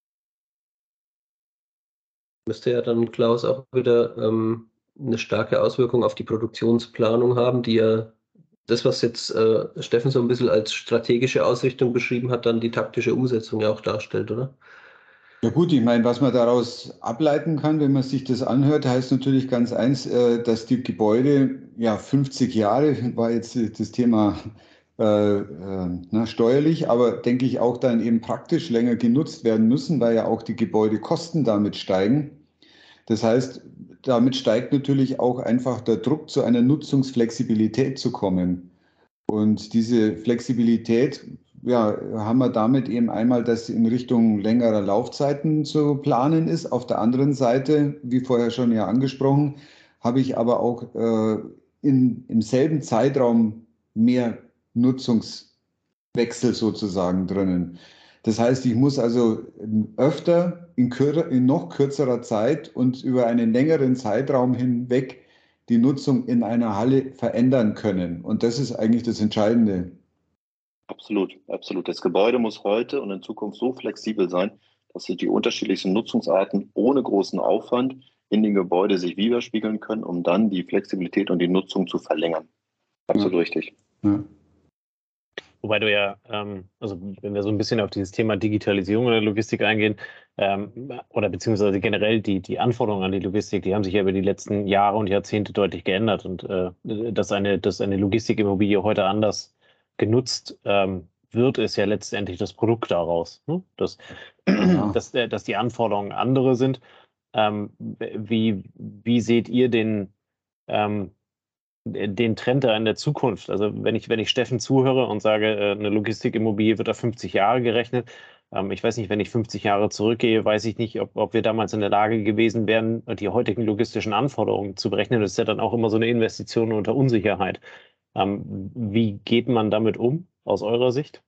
Müsste ja dann, Klaus, auch wieder ähm, eine starke Auswirkung auf die Produktionsplanung haben, die ja das, was jetzt äh, Steffen so ein bisschen als strategische Ausrichtung beschrieben hat, dann die taktische Umsetzung ja auch darstellt, oder? Ja gut, ich meine, was man daraus ableiten kann, wenn man sich das anhört, heißt natürlich ganz eins, äh, dass die Gebäude, ja, fünfzig Jahre war jetzt das Thema äh, äh, na, steuerlich, aber denke ich auch dann eben praktisch länger genutzt werden müssen, weil ja auch die Gebäudekosten damit steigen. Das heißt, damit steigt natürlich auch einfach der Druck, zu einer Nutzungsflexibilität zu kommen. Und diese Flexibilität, ja, haben wir damit eben einmal, dass in Richtung längerer Laufzeiten zu planen ist. Auf der anderen Seite, wie vorher schon ja angesprochen, habe ich aber auch äh, in, im selben Zeitraum mehr Nutzungswechsel sozusagen drinnen. Das heißt, ich muss also öfter in, kür in noch kürzerer Zeit und über einen längeren Zeitraum hinweg die Nutzung in einer Halle verändern können. Und das ist eigentlich das Entscheidende. Absolut, absolut. Das Gebäude muss heute und in Zukunft so flexibel sein, dass sich die unterschiedlichsten Nutzungsarten ohne großen Aufwand in dem Gebäude sich widerspiegeln können, um dann die Flexibilität und die Nutzung zu verlängern. Absolut ja. Richtig. Ja. Wobei du ja, ähm, also wenn wir so ein bisschen auf dieses Thema Digitalisierung in der Logistik eingehen, ähm, oder beziehungsweise generell die, die Anforderungen an die Logistik, die haben sich ja über die letzten Jahre und Jahrzehnte deutlich geändert. Und äh, dass eine, dass eine Logistikimmobilie heute anders genutzt ähm, wird, ist ja letztendlich das Produkt daraus. Ne? Dass, ja. dass, dass die Anforderungen andere sind. Ähm, wie, wie seht ihr den ähm, den Trend da in der Zukunft? Also wenn ich, wenn ich Steffen zuhöre und sage, eine Logistikimmobilie wird auf fünfzig Jahre gerechnet, ähm, ich weiß nicht, wenn ich fünfzig Jahre zurückgehe, weiß ich nicht, ob, ob wir damals in der Lage gewesen wären, die heutigen logistischen Anforderungen zu berechnen. Das ist ja dann auch immer so eine Investition unter Unsicherheit. Ähm, wie geht man damit um, aus eurer Sicht?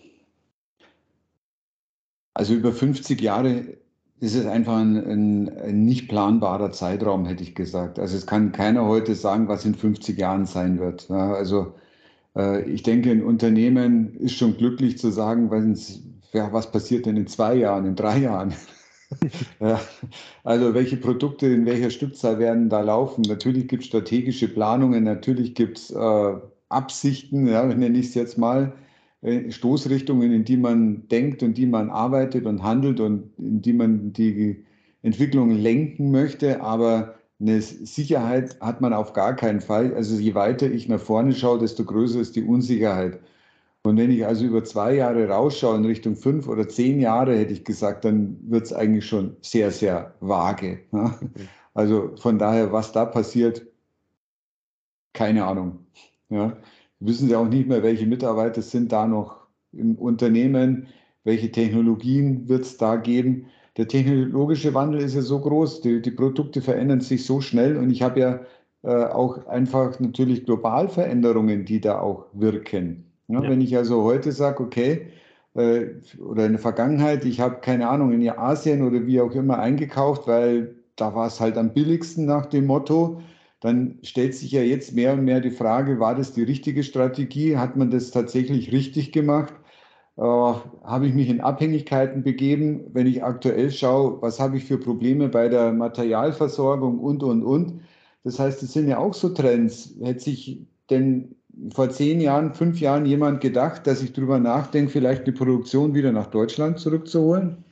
Also über fünfzig Jahre ist es einfach ein, ein, ein nicht planbarer Zeitraum, hätte ich gesagt. Also es kann keiner heute sagen, was in fünfzig Jahren sein wird. Ja, also äh, ich denke, ein Unternehmen ist schon glücklich zu sagen, ja, was passiert denn in zwei Jahren, in drei Jahren. Ja, also welche Produkte in welcher Stückzahl werden da laufen? Natürlich gibt es strategische Planungen, natürlich gibt es äh, Absichten, ja, nenne ich es jetzt mal, äh, Stoßrichtungen, in die man denkt und die man arbeitet und handelt und in die man die Entwicklung lenken möchte, aber eine Sicherheit hat man auf gar keinen Fall. Also je weiter ich nach vorne schaue, desto größer ist die Unsicherheit. Und wenn ich also über zwei Jahre rausschaue in Richtung fünf oder zehn Jahre, hätte ich gesagt, dann wird es eigentlich schon sehr, sehr vage. Ja? Also von daher, was da passiert, keine Ahnung. Ja? Wir wissen ja auch nicht mehr, welche Mitarbeiter sind da noch im Unternehmen, welche Technologien wird es da geben. Der technologische Wandel ist ja so groß, die, die Produkte verändern sich so schnell und ich habe ja äh, auch einfach natürlich Globalveränderungen, die da auch wirken. Ja, Ja. wenn ich also heute sage, okay, äh, oder in der Vergangenheit, ich habe keine Ahnung, in Asien oder wie auch immer eingekauft, weil da war es halt am billigsten nach dem Motto, dann stellt sich ja jetzt mehr und mehr die Frage, war das die richtige Strategie? Hat man das tatsächlich richtig gemacht? Äh, habe ich mich in Abhängigkeiten begeben? Wenn ich aktuell schaue, was habe ich für Probleme bei der Materialversorgung und, und, und. Das heißt, das sind ja auch so Trends. Hätte sich denn vor zehn Jahren, fünf Jahren jemand gedacht, dass ich darüber nachdenke, vielleicht die Produktion wieder nach Deutschland zurückzuholen?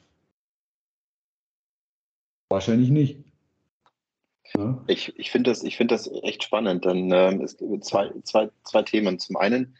Wahrscheinlich nicht. Ja. Ich, ich finde das, ich finde das echt spannend. Dann ähm, es gibt zwei, zwei, zwei Themen. Zum einen,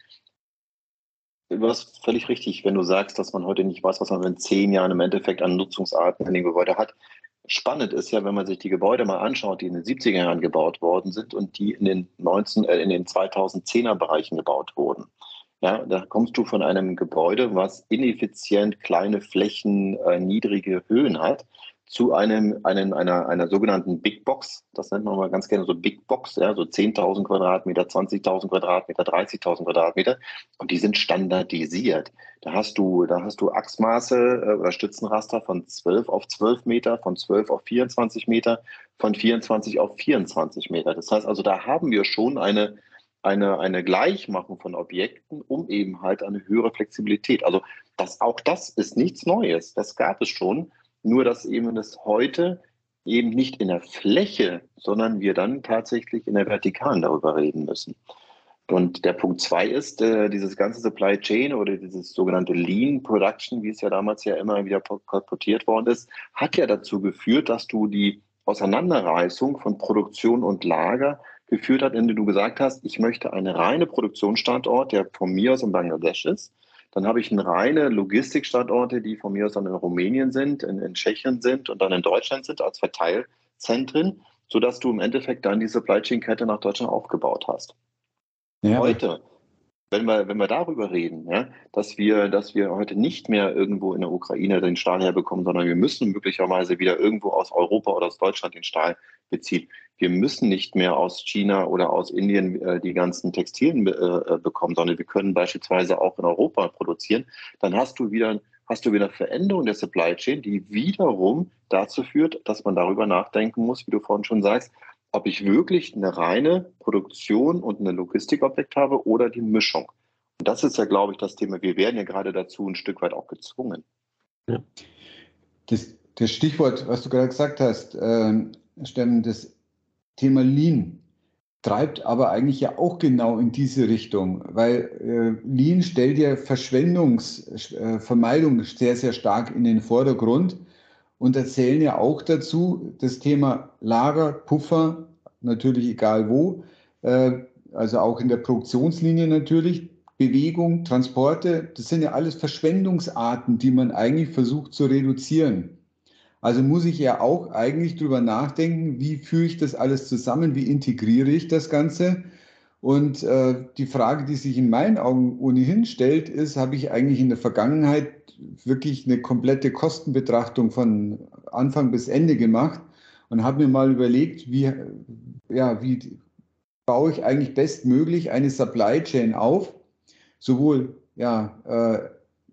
du hast völlig richtig, wenn du sagst, dass man heute nicht weiß, was man in zehn Jahren im Endeffekt an Nutzungsarten in dem Gebäude hat. Spannend ist ja, wenn man sich die Gebäude mal anschaut, die in den siebziger Jahren gebaut worden sind und die in den neunzehn, äh, in den zweitausendzehner Bereichen gebaut wurden. Ja, da kommst du von einem Gebäude, was ineffizient kleine Flächen, äh, niedrige Höhen hat, zu einem, einem, einer, einer sogenannten Big Box. Das nennt man mal ganz gerne so Big Box, ja, so zehntausend Quadratmeter, zwanzigtausend Quadratmeter, dreißigtausend Quadratmeter. Und die sind standardisiert. Da hast du, da hast du Achsmaße äh, oder Stützenraster von zwölf auf zwölf Meter, von zwölf auf vierundzwanzig Meter, von vierundzwanzig auf vierundzwanzig Meter. Das heißt also, da haben wir schon eine, eine, eine Gleichmachung von Objekten, um eben halt eine höhere Flexibilität. Also das, auch das ist nichts Neues. Das gab es schon. Nur, dass eben das heute eben nicht in der Fläche, sondern wir dann tatsächlich in der Vertikalen darüber reden müssen. Und der Punkt zwei ist, äh, dieses ganze Supply Chain oder dieses sogenannte Lean Production, wie es ja damals ja immer wieder kolportiert worden ist, hat ja dazu geführt, dass du die Auseinanderreißung von Produktion und Lager geführt hat, indem du gesagt hast, ich möchte einen reinen Produktionsstandort, der von mir aus in Bangladesch ist. Dann habe ich eine reine Logistikstandorte, die von mir aus dann in Rumänien sind, in, in Tschechien sind und dann in Deutschland sind als Verteilzentren, sodass du im Endeffekt dann die Supply Chain Kette nach Deutschland aufgebaut hast. Ja, Heute, wenn wir, wenn wir darüber reden, ja, dass wir, dass wir heute nicht mehr irgendwo in der Ukraine den Stahl herbekommen, sondern wir müssen möglicherweise wieder irgendwo aus Europa oder aus Deutschland den Stahl beziehen. Wir müssen nicht mehr aus China oder aus Indien äh, die ganzen Textilien äh, bekommen, sondern wir können beispielsweise auch in Europa produzieren. Dann hast du wieder, hast du wieder Veränderung der Supply Chain, die wiederum dazu führt, dass man darüber nachdenken muss, wie du vorhin schon sagst, ob ich wirklich eine reine Produktion und eine Logistikobjekt habe oder die Mischung. Und das ist ja, glaube ich, das Thema. Wir werden ja gerade dazu ein Stück weit auch gezwungen. Ja. Das, das Stichwort, was du gerade gesagt hast, äh, Steffen, das Thema Lean treibt aber eigentlich ja auch genau in diese Richtung, weil äh, Lean stellt ja Verschwendungsvermeidung äh, sehr, sehr stark in den Vordergrund und erzählen ja auch dazu das Thema Lager, Puffer, natürlich egal wo, äh, also auch in der Produktionslinie natürlich, Bewegung, Transporte, das sind ja alles Verschwendungsarten, die man eigentlich versucht zu reduzieren. Also muss ich ja auch eigentlich drüber nachdenken, wie führe ich das alles zusammen, wie integriere ich das Ganze? Und äh, die Frage, die sich in meinen Augen ohnehin stellt, ist, habe ich eigentlich in der Vergangenheit wirklich eine komplette Kostenbetrachtung von Anfang bis Ende gemacht und habe mir mal überlegt, wie, ja, wie baue ich eigentlich bestmöglich eine Supply Chain auf, sowohl ja, äh,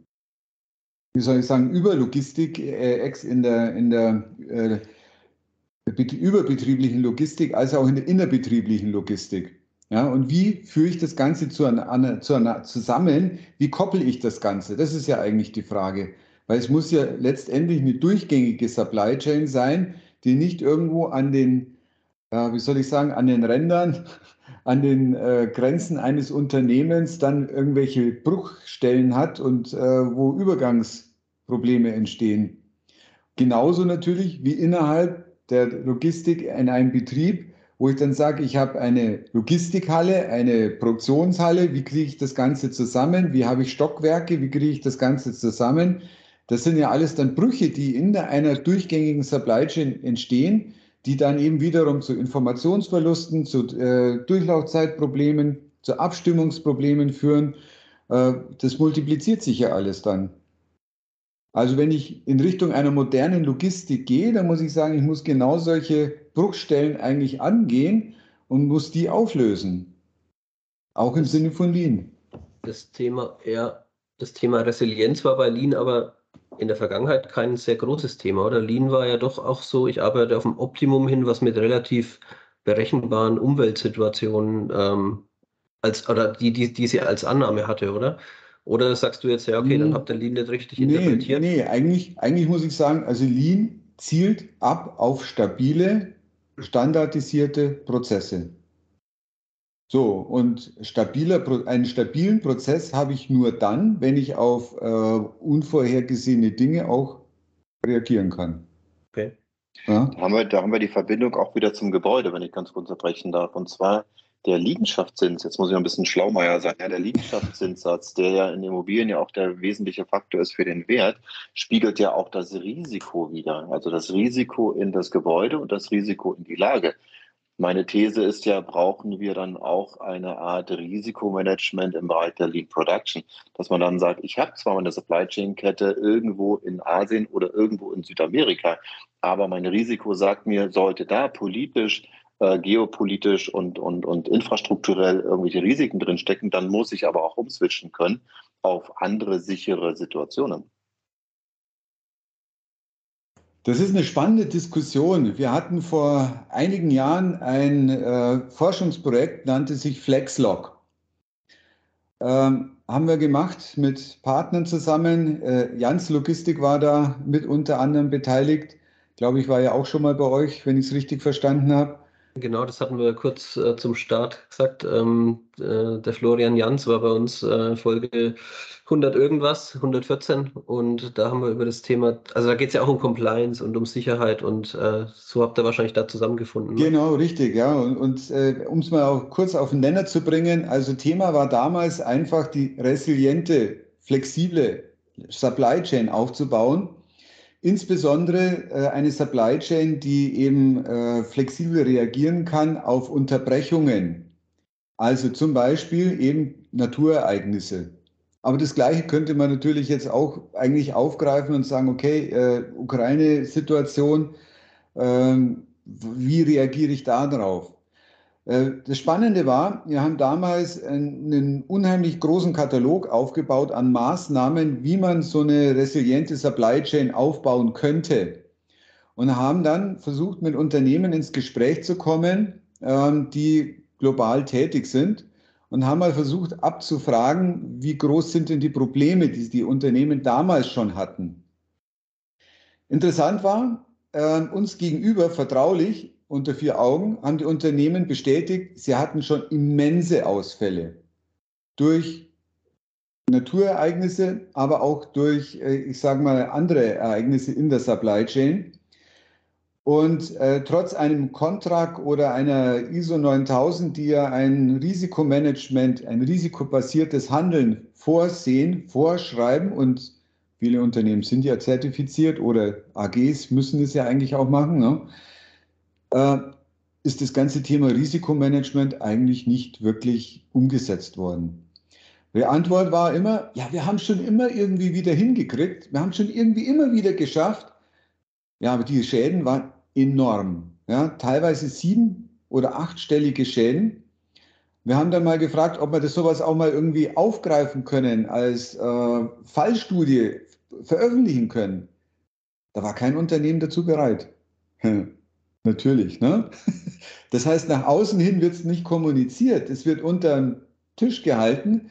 wie soll ich sagen, Überlogistik äh, in der, in der äh, überbetrieblichen Logistik als auch in der innerbetrieblichen Logistik. Ja, und wie führe ich das Ganze zu einer, zu einer, zusammen? Wie koppel ich das Ganze? Das ist ja eigentlich die Frage. Weil es muss ja letztendlich eine durchgängige Supply Chain sein, die nicht irgendwo an den, äh, wie soll ich sagen, an den Rändern, an den äh, Grenzen eines Unternehmens dann irgendwelche Bruchstellen hat und äh, wo Übergangsprobleme entstehen. Genauso natürlich wie innerhalb der Logistik in einem Betrieb, wo ich dann sage, ich habe eine Logistikhalle, eine Produktionshalle, wie kriege ich das Ganze zusammen, wie habe ich Stockwerke, wie kriege ich das Ganze zusammen. Das sind ja alles dann Brüche, die in einer durchgängigen Supply Chain entstehen, die dann eben wiederum zu Informationsverlusten, zu äh, Durchlaufzeitproblemen, zu Abstimmungsproblemen führen. Äh, das multipliziert sich ja alles dann. Also wenn ich in Richtung einer modernen Logistik gehe, dann muss ich sagen, ich muss genau solche Bruchstellen eigentlich angehen und muss die auflösen. Auch im Das, Sinne von Lean. das Thema, ja, das Thema Resilienz war bei Lean aber in der Vergangenheit kein sehr großes Thema, oder? Lean war ja doch auch so, ich arbeite auf ein Optimum hin, was mit relativ berechenbaren Umweltsituationen ähm, als, oder die, die, die sie als Annahme hatte, oder? Oder sagst du jetzt, ja, okay, dann habt Hm, ihr Lean nicht richtig nee, interpretiert? nee, eigentlich, eigentlich muss ich sagen, also Lean zielt ab auf stabile, standardisierte Prozesse. So, und stabiler, Pro- einen stabilen Prozess habe ich nur dann, wenn ich auf äh, unvorhergesehene Dinge auch reagieren kann. Okay. Ja? Da haben wir, da haben wir die Verbindung auch wieder zum Gebäude, wenn ich ganz kurz unterbrechen darf. Und zwar der Liegenschaftszins, jetzt muss ich noch ein bisschen Schlaumeier sein, ja, der Liegenschaftszinssatz, der ja in Immobilien ja auch der wesentliche Faktor ist für den Wert, spiegelt ja auch das Risiko wider. Also das Risiko in das Gebäude und das Risiko in die Lage. Meine These ist ja, brauchen wir dann auch eine Art Risikomanagement im Bereich der Lean Production, dass man dann sagt, ich habe zwar meine Supply Chain Kette irgendwo in Asien oder irgendwo in Südamerika, aber mein Risiko sagt mir, sollte da politisch, äh, geopolitisch und, und, und infrastrukturell irgendwelche Risiken drin stecken, dann muss ich aber auch umswitchen können auf andere sichere Situationen. Das ist eine spannende Diskussion. Wir hatten vor einigen Jahren ein äh, Forschungsprojekt, nannte sich FlexLog. Ähm, haben wir gemacht mit Partnern zusammen. Äh, Jans Logistik war da mit unter anderem beteiligt. Glaube ich, war ja auch schon mal bei euch, wenn ich es richtig verstanden habe. Genau, das hatten wir kurz äh, zum Start gesagt. Ähm, äh, der Florian Jans war bei uns äh, Folge hundert irgendwas, hundertvierzehn. Und da haben wir über das Thema, also da geht es ja auch um Compliance und um Sicherheit. Und äh, so habt ihr wahrscheinlich da zusammengefunden, ne? Genau, richtig, ja. Und, und äh, um es mal auch kurz auf den Nenner zu bringen, also Thema war damals einfach die resiliente, flexible Supply Chain aufzubauen. Insbesondere äh, eine Supply Chain, die eben äh, flexibel reagieren kann auf Unterbrechungen. Also zum Beispiel eben Naturereignisse. Aber das Gleiche könnte man natürlich jetzt auch eigentlich aufgreifen und sagen, okay, äh, Ukraine-Situation, ähm, wie reagiere ich da drauf? Äh, Das Spannende war, wir haben damals einen, einen unheimlich großen Katalog aufgebaut an Maßnahmen, wie man so eine resiliente Supply Chain aufbauen könnte. Und haben dann versucht, mit Unternehmen ins Gespräch zu kommen, ähm, die global tätig sind. Und haben mal versucht abzufragen, wie groß sind denn die Probleme, die die Unternehmen damals schon hatten. Interessant war, äh, uns gegenüber vertraulich unter vier Augen haben die Unternehmen bestätigt, sie hatten schon immense Ausfälle durch Naturereignisse, aber auch durch, äh, ich sage mal, andere Ereignisse in der Supply Chain. Und äh, trotz einem Kontrakt oder einer I S O neuntausend, die ja ein Risikomanagement, ein risikobasiertes Handeln vorsehen, vorschreiben und viele Unternehmen sind ja zertifiziert oder A Gs müssen es ja eigentlich auch machen, ne? Äh, ist das ganze Thema Risikomanagement eigentlich nicht wirklich umgesetzt worden. Die Antwort war immer, ja, wir haben schon immer irgendwie wieder hingekriegt, wir haben schon irgendwie immer wieder geschafft. Ja, aber die Schäden waren enorm. Ja, teilweise sieben- oder achtstellige Schäden. Wir haben dann mal gefragt, ob wir das sowas auch mal irgendwie aufgreifen können, als äh, Fallstudie veröffentlichen können. Da war kein Unternehmen dazu bereit. Hm, natürlich, ne? Das heißt, nach außen hin wird es nicht kommuniziert. Es wird unter den Tisch gehalten,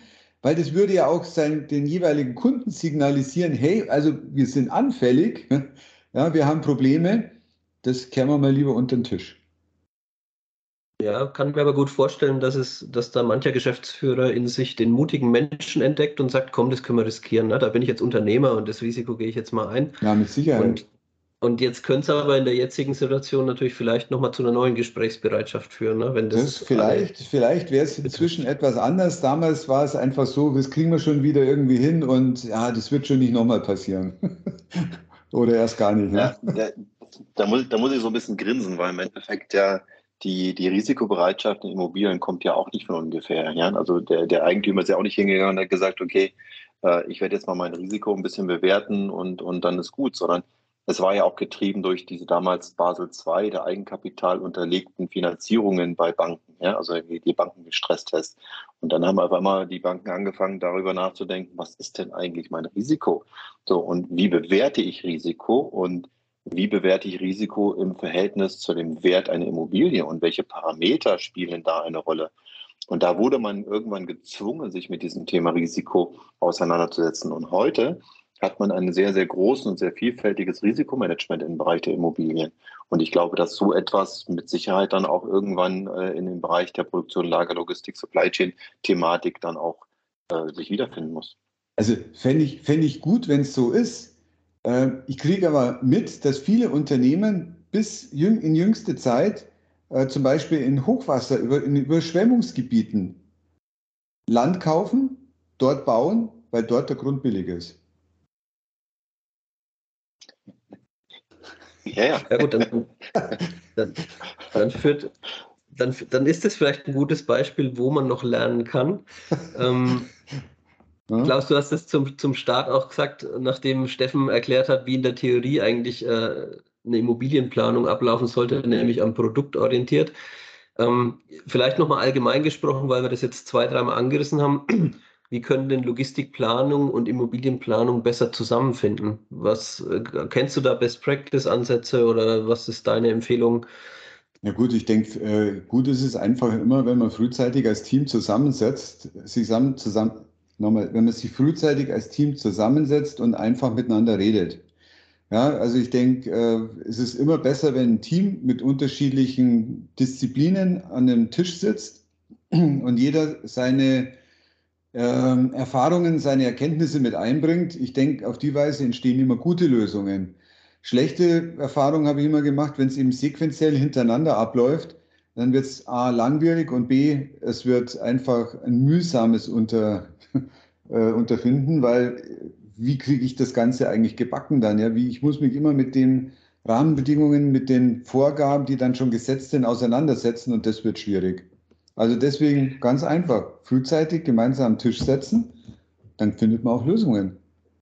weil das würde ja auch sein, den jeweiligen Kunden signalisieren, hey, also wir sind anfällig, ja, wir haben Probleme, das kehren wir mal lieber unter den Tisch. Ja, kann mir aber gut vorstellen, dass es, dass da mancher Geschäftsführer in sich den mutigen Menschen entdeckt und sagt, komm, das können wir riskieren. Ne? Da bin ich jetzt Unternehmer und das Risiko gehe ich jetzt mal ein. Ja, mit Sicherheit. Und, und jetzt könnte es aber in der jetzigen Situation natürlich vielleicht nochmal zu einer neuen Gesprächsbereitschaft führen, ne? Wenn das, Das vielleicht, vielleicht wäre es inzwischen etwas anders. Damals war es einfach so, das kriegen wir schon wieder irgendwie hin und ja, das wird schon nicht nochmal passieren. Oder erst gar nicht. Ne? Ja, da, da, muss, da muss ich so ein bisschen grinsen, weil im Endeffekt ja die, die Risikobereitschaft in Immobilien kommt ja auch nicht von ungefähr. Ja? Also der, der Eigentümer ist ja auch nicht hingegangen und hat gesagt, okay, äh, ich werde jetzt mal mein Risiko ein bisschen bewerten und, und dann ist gut, sondern es war ja auch getrieben durch diese damals Basel zwei, der Eigenkapital unterlegten Finanzierungen bei Banken, ja, also die, die Banken Stresstest. Und dann haben auf einmal die Banken angefangen, darüber nachzudenken, was ist denn eigentlich mein Risiko? So, und wie bewerte ich Risiko und wie bewerte ich Risiko im Verhältnis zu dem Wert einer Immobilie und welche Parameter spielen da eine Rolle? Und da wurde man irgendwann gezwungen, sich mit diesem Thema Risiko auseinanderzusetzen. Und heute hat man ein sehr, sehr großes und sehr vielfältiges Risikomanagement im Bereich der Immobilien. Und ich glaube, dass so etwas mit Sicherheit dann auch irgendwann äh, in dem Bereich der Produktion, Lagerlogistik, Supply Chain Thematik dann auch äh, sich wiederfinden muss. Also fände ich, fände ich gut, wenn es so ist. Äh, ich kriege aber mit, dass viele Unternehmen bis jüng, in jüngste Zeit äh, zum Beispiel in Hochwasser, über, in Überschwemmungsgebieten Land kaufen, dort bauen, weil dort der Grund billig ist. Ja, ja. Ja gut, dann, dann, dann führt, dann, dann ist das vielleicht ein gutes Beispiel, wo man noch lernen kann. Ähm, Ja? Klaus, du hast es zum, zum Start auch gesagt, nachdem Steffen erklärt hat, wie in der Theorie eigentlich äh, eine Immobilienplanung ablaufen sollte, nämlich am Produkt orientiert. Ähm, vielleicht nochmal allgemein gesprochen, weil wir das jetzt zwei, dreimal angerissen haben. Wie können denn Logistikplanung und Immobilienplanung besser zusammenfinden? Was äh, kennst du da Best Practice Ansätze oder was ist deine Empfehlung? Ja gut, ich denke, äh, gut ist es einfach immer, wenn man frühzeitig als Team zusammensetzt, sich zusammen, zusammen, nochmal, wenn man sich frühzeitig als Team zusammensetzt und einfach miteinander redet. Ja, also ich denke, äh, es ist immer besser, wenn ein Team mit unterschiedlichen Disziplinen an einem Tisch sitzt und jeder seine ähm, Erfahrungen, seine Erkenntnisse mit einbringt. Ich denke, auf die Weise entstehen immer gute Lösungen. Schlechte Erfahrungen habe ich immer gemacht, wenn es eben sequenziell hintereinander abläuft, dann wird es A langwierig und B, es wird einfach ein mühsames unter, äh, Unterfinden, weil äh, wie kriege ich das Ganze eigentlich gebacken dann? Ja, wie, ich muss mich immer mit den Rahmenbedingungen, mit den Vorgaben, die dann schon gesetzt sind, auseinandersetzen und das wird schwierig. Also deswegen ganz einfach, frühzeitig gemeinsam am Tisch setzen, dann findet man auch Lösungen.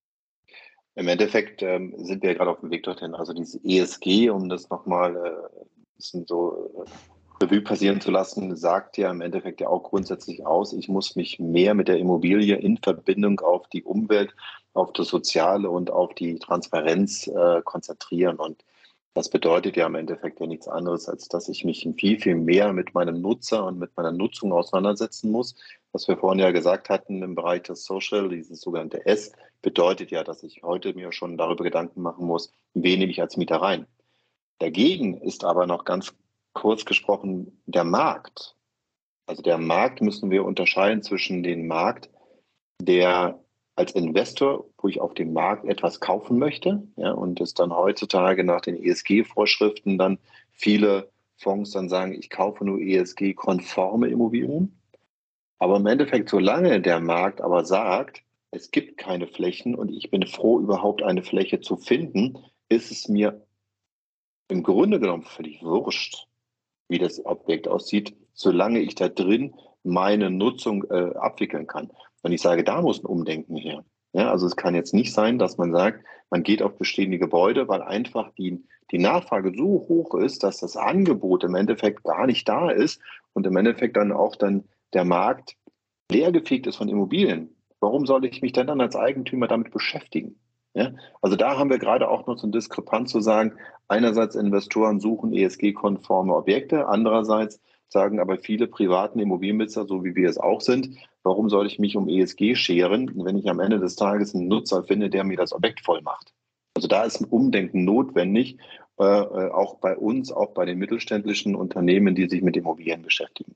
Im Endeffekt ähm, sind wir ja gerade auf dem Weg dorthin. Also dieses E S G, um das nochmal äh, ein bisschen so äh, Revue passieren zu lassen, sagt ja im Endeffekt ja auch grundsätzlich aus, ich muss mich mehr mit der Immobilie in Verbindung auf die Umwelt, auf das Soziale und auf die Transparenz äh, konzentrieren. Und das bedeutet ja im Endeffekt ja nichts anderes, als dass ich mich viel, viel mehr mit meinem Nutzer und mit meiner Nutzung auseinandersetzen muss. Was wir vorhin ja gesagt hatten im Bereich des Social, dieses sogenannte S, bedeutet ja, dass ich heute mir schon darüber Gedanken machen muss, wen nehme ich als Mieter rein. Dagegen ist aber noch ganz kurz gesprochen der Markt. Also der Markt müssen wir unterscheiden zwischen dem Markt, der als Investor, wo ich auf dem Markt etwas kaufen möchte, ja, und es dann heutzutage nach den E S G-Vorschriften dann viele Fonds dann sagen, ich kaufe nur E S G-konforme Immobilien. Aber im Endeffekt, solange der Markt aber sagt, es gibt keine Flächen und ich bin froh, überhaupt eine Fläche zu finden, ist es mir im Grunde genommen völlig wurscht, wie das Objekt aussieht, solange ich da drin meine Nutzung äh, abwickeln kann. Und ich sage, da muss ein Umdenken her. Ja, also es kann jetzt nicht sein, dass man sagt, man geht auf bestehende Gebäude, weil einfach die, die Nachfrage so hoch ist, dass das Angebot im Endeffekt gar nicht da ist und im Endeffekt dann auch dann der Markt leergefegt ist von Immobilien. Warum soll ich mich denn dann als Eigentümer damit beschäftigen? Ja, also da haben wir gerade auch noch so eine Diskrepanz zu sagen, einerseits Investoren suchen E S G-konforme Objekte, andererseits sagen aber viele privaten Immobilienbesitzer, so wie wir es auch sind, warum soll ich mich um E S G scheren, wenn ich am Ende des Tages einen Nutzer finde, der mir das Objekt voll macht? Also da ist ein Umdenken notwendig, äh, auch bei uns, auch bei den mittelständischen Unternehmen, die sich mit Immobilien beschäftigen.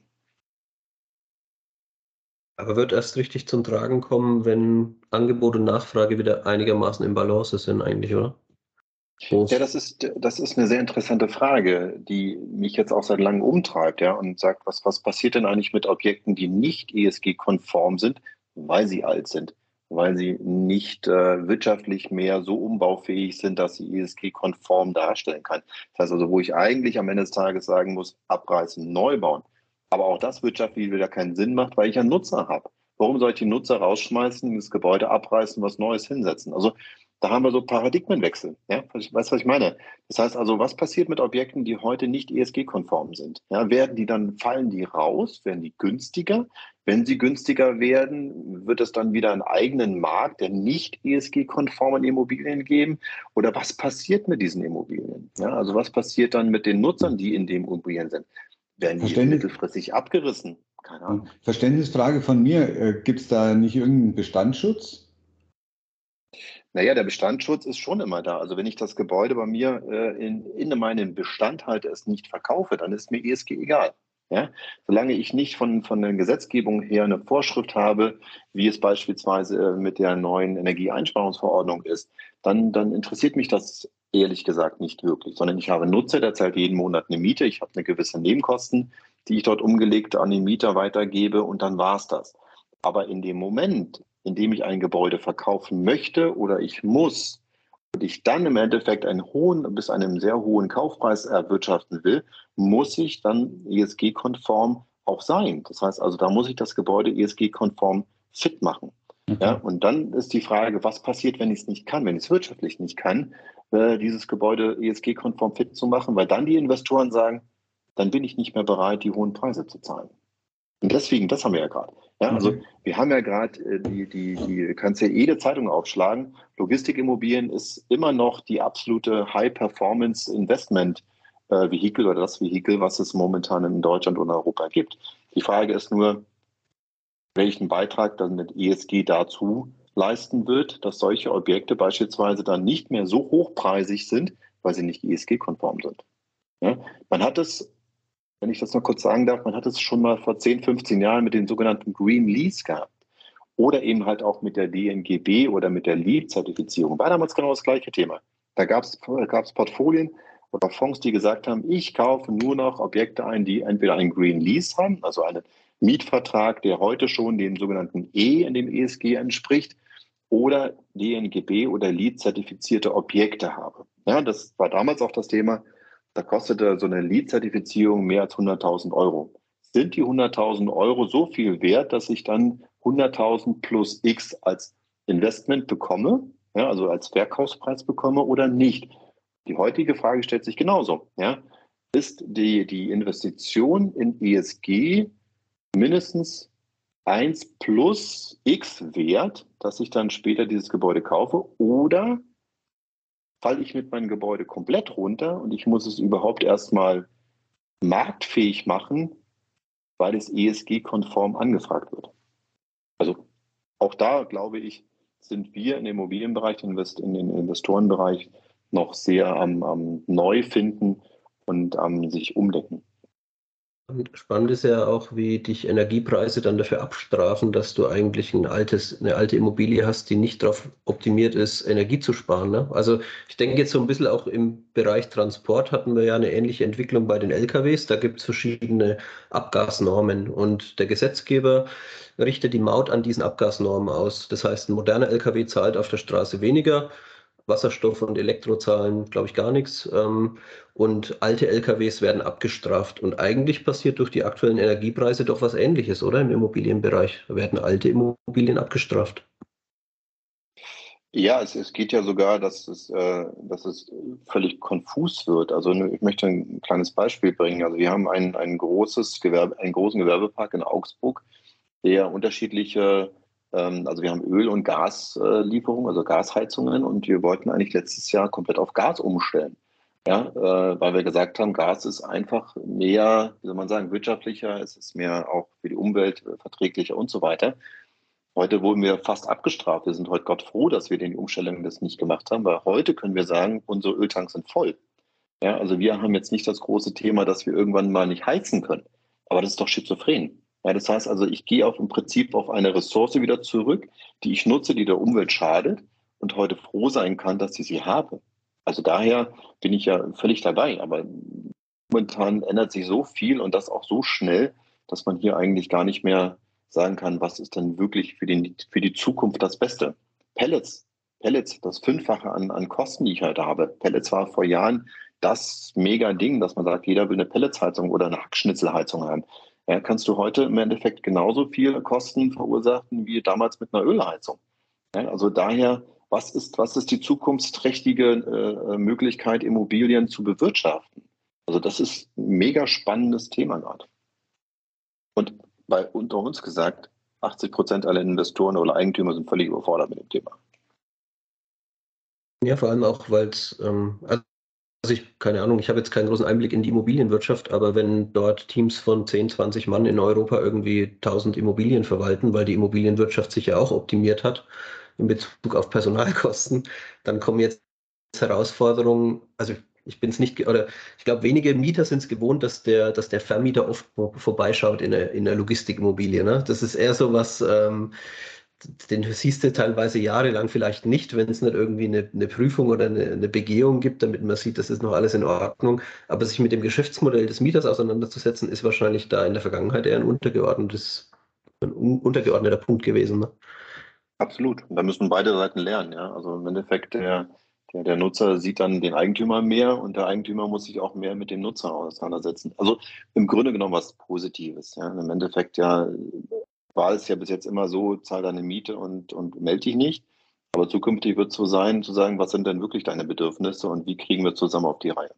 Aber wird erst richtig zum Tragen kommen, wenn Angebot und Nachfrage wieder einigermaßen im Balance sind eigentlich, oder? Wo's? Ja, das ist, das ist eine sehr interessante Frage, die mich jetzt auch seit langem umtreibt, ja, und sagt, was, was passiert denn eigentlich mit Objekten, die nicht E S G-konform sind, weil sie alt sind, weil sie nicht äh, wirtschaftlich mehr so umbaufähig sind, dass sie E S G-konform darstellen kann. Das heißt also, wo ich eigentlich am Ende des Tages sagen muss, abreißen, neu bauen. Aber auch das wirtschaftlich wieder keinen Sinn macht, weil ich einen Nutzer habe. Warum soll ich den Nutzer rausschmeißen, das Gebäude abreißen, was Neues hinsetzen? Also da haben wir so Paradigmenwechsel. Ja? Weißt du, was ich meine? Das heißt also, was passiert mit Objekten, die heute nicht E S G-konform sind? Ja, werden die dann, fallen die raus? Werden die günstiger? Wenn sie günstiger werden, wird es dann wieder einen eigenen Markt der nicht E S G-konformen Immobilien geben? Oder was passiert mit diesen Immobilien? Ja, also was passiert dann mit den Nutzern, die in den Immobilien sind? Werden die Verständnis- mittelfristig abgerissen? Keine Ahnung. Verständnisfrage von mir, äh, gibt es da nicht irgendeinen Bestandsschutz? Naja, der Bestandsschutz ist schon immer da. Also wenn ich das Gebäude bei mir äh, in, in meinem Bestand halte, es nicht verkaufe, dann ist mir E S G egal. Ja? Solange ich nicht von, von der Gesetzgebung her eine Vorschrift habe, wie es beispielsweise äh, mit der neuen Energieeinsparungsverordnung ist, dann, dann interessiert mich das ehrlich gesagt nicht wirklich, sondern ich habe einen Nutzer, der zahlt jeden Monat eine Miete, ich habe eine gewisse Nebenkosten, die ich dort umgelegt an den Mieter weitergebe und dann war es das. Aber in dem Moment, in dem ich ein Gebäude verkaufen möchte oder ich muss und ich dann im Endeffekt einen hohen, bis einem sehr hohen Kaufpreis erwirtschaften will, muss ich dann E S G-konform auch sein. Das heißt also, da muss ich das Gebäude E S G-konform fit machen. Okay. Ja, und dann ist die Frage, was passiert, wenn ich es nicht kann, wenn ich es wirtschaftlich nicht kann, äh, dieses Gebäude E S G-konform fit zu machen, weil dann die Investoren sagen, dann bin ich nicht mehr bereit, die hohen Preise zu zahlen. Und deswegen, das haben wir ja gerade. Ja, also Okay. wir haben ja gerade äh, die, die, die, kannst ja jede Zeitung aufschlagen. Logistikimmobilien ist immer noch die absolute High-Performance-Investment-Vehikel oder das Vehikel, was es momentan in Deutschland und Europa gibt. Die Frage ist nur, welchen Beitrag dann mit E S G dazu leisten wird, dass solche Objekte beispielsweise dann nicht mehr so hochpreisig sind, weil sie nicht E S G-konform sind. Ja, man hat es, wenn ich das noch kurz sagen darf, man hat es schon mal vor zehn, fünfzehn Jahren mit dem sogenannten Green Lease gehabt. Oder eben halt auch mit der D N G B oder mit der LEED-Zertifizierung. War damals genau das gleiche Thema. Da gab es Portfolien oder Fonds, die gesagt haben, ich kaufe nur noch Objekte ein, die entweder einen Green Lease haben, also einen Mietvertrag, der heute schon dem sogenannten E in dem E S G entspricht, oder D N G B oder LEED-zertifizierte Objekte habe. Ja, das war damals auch das Thema. Da kostete so eine LEED-Zertifizierung mehr als hunderttausend Euro. Sind die hunderttausend Euro so viel wert, dass ich dann hunderttausend plus X als Investment bekomme, ja, also als Verkaufspreis bekomme oder nicht? Die heutige Frage stellt sich genauso. Ja. Ist die, die Investition in E S G mindestens eins plus X wert, dass ich dann später dieses Gebäude kaufe, oder falle ich mit meinem Gebäude komplett runter und ich muss es überhaupt erstmal marktfähig machen, weil es E S G-konform angefragt wird. Also auch da, glaube ich, sind wir im Immobilienbereich, in den Investorenbereich noch sehr am, am Neufinden und am sich umdecken. Spannend ist ja auch, wie dich Energiepreise dann dafür abstrafen, dass du eigentlich ein altes, eine alte Immobilie hast, die nicht darauf optimiert ist, Energie zu sparen. Ne? Also ich denke jetzt so ein bisschen auch im Bereich Transport hatten wir ja eine ähnliche Entwicklung bei den L K Ws. Da gibt es verschiedene Abgasnormen und der Gesetzgeber richtet die Maut an diesen Abgasnormen aus. Das heißt, ein moderner L K W zahlt auf der Straße weniger. Wasserstoff und Elektro zahlen, glaube ich, gar nichts. Ähm, und alte L K Ws werden abgestraft. Und eigentlich passiert durch die aktuellen Energiepreise doch was Ähnliches, oder? Im Immobilienbereich werden alte Immobilien abgestraft. Ja, es, es geht ja sogar, dass es, äh, dass es völlig konfus wird. Also ich möchte ein kleines Beispiel bringen. Also wir haben ein, ein großes Gewerbe, einen großen Gewerbepark in Augsburg, der unterschiedliche, ähm, also wir haben Öl- und Gaslieferungen, also Gasheizungen, und wir wollten eigentlich letztes Jahr komplett auf Gas umstellen. Ja, äh, weil wir gesagt haben, Gas ist einfach mehr, wie soll man sagen, wirtschaftlicher, es ist mehr auch für die Umwelt äh, verträglicher und so weiter. Heute wurden wir fast abgestraft. Wir sind heute Gott froh, dass wir den Umstellungen das nicht gemacht haben, weil heute können wir sagen, unsere Öltanks sind voll. Ja, also wir haben jetzt nicht das große Thema, dass wir irgendwann mal nicht heizen können. Aber das ist doch schizophren. Ja, das heißt also, ich gehe auf im Prinzip auf eine Ressource wieder zurück, die ich nutze, die der Umwelt schadet und heute froh sein kann, dass ich sie habe. Also daher bin ich ja völlig dabei. Aber momentan ändert sich so viel und das auch so schnell, dass man hier eigentlich gar nicht mehr sagen kann, was ist denn wirklich für die, für die Zukunft das Beste. Pellets, Pellets, das Fünffache an, an Kosten, die ich heute habe. Pellets war vor Jahren das mega Ding, dass man sagt, jeder will eine Pelletsheizung oder eine Hackschnitzelheizung haben. Ja, kannst du heute im Endeffekt genauso viel Kosten verursachen wie damals mit einer Ölheizung. Ja, also daher, was ist, was ist die zukunftsträchtige äh, Möglichkeit, Immobilien zu bewirtschaften? Also das ist ein mega spannendes Thema gerade. Und bei unter uns gesagt, achtzig Prozent aller Investoren oder Eigentümer sind völlig überfordert mit dem Thema. Ja, vor allem auch, weil es, ähm, also ich, keine Ahnung, ich habe jetzt keinen großen Einblick in die Immobilienwirtschaft, aber wenn dort Teams von zehn, zwanzig Mann in Europa irgendwie tausend Immobilien verwalten, weil die Immobilienwirtschaft sich ja auch optimiert hat in Bezug auf Personalkosten, dann kommen jetzt Herausforderungen, also ich bin es nicht, oder ich glaube, wenige Mieter sind es gewohnt, dass der, dass der Vermieter oft vorbeischaut in der, in der Logistikimmobilie. Ne? Das ist eher so was, ähm, den siehst du teilweise jahrelang vielleicht nicht, wenn es nicht irgendwie eine, eine Prüfung oder eine, eine Begehung gibt, damit man sieht, das ist noch alles in Ordnung. Aber sich mit dem Geschäftsmodell des Mieters auseinanderzusetzen, ist wahrscheinlich da in der Vergangenheit eher ein untergeordnetes, ein untergeordneter Punkt gewesen. Ne? Absolut. Und da müssen beide Seiten lernen. Ja? Also im Endeffekt, der, der, der Nutzer sieht dann den Eigentümer mehr und der Eigentümer muss sich auch mehr mit dem Nutzer auseinandersetzen. Also im Grunde genommen was Positives. Ja? Im Endeffekt ja war es ja bis jetzt immer so, zahl deine Miete und, und melde dich nicht. Aber zukünftig wird es so sein, zu sagen, was sind denn wirklich deine Bedürfnisse und wie kriegen wir zusammen auf die Reihe?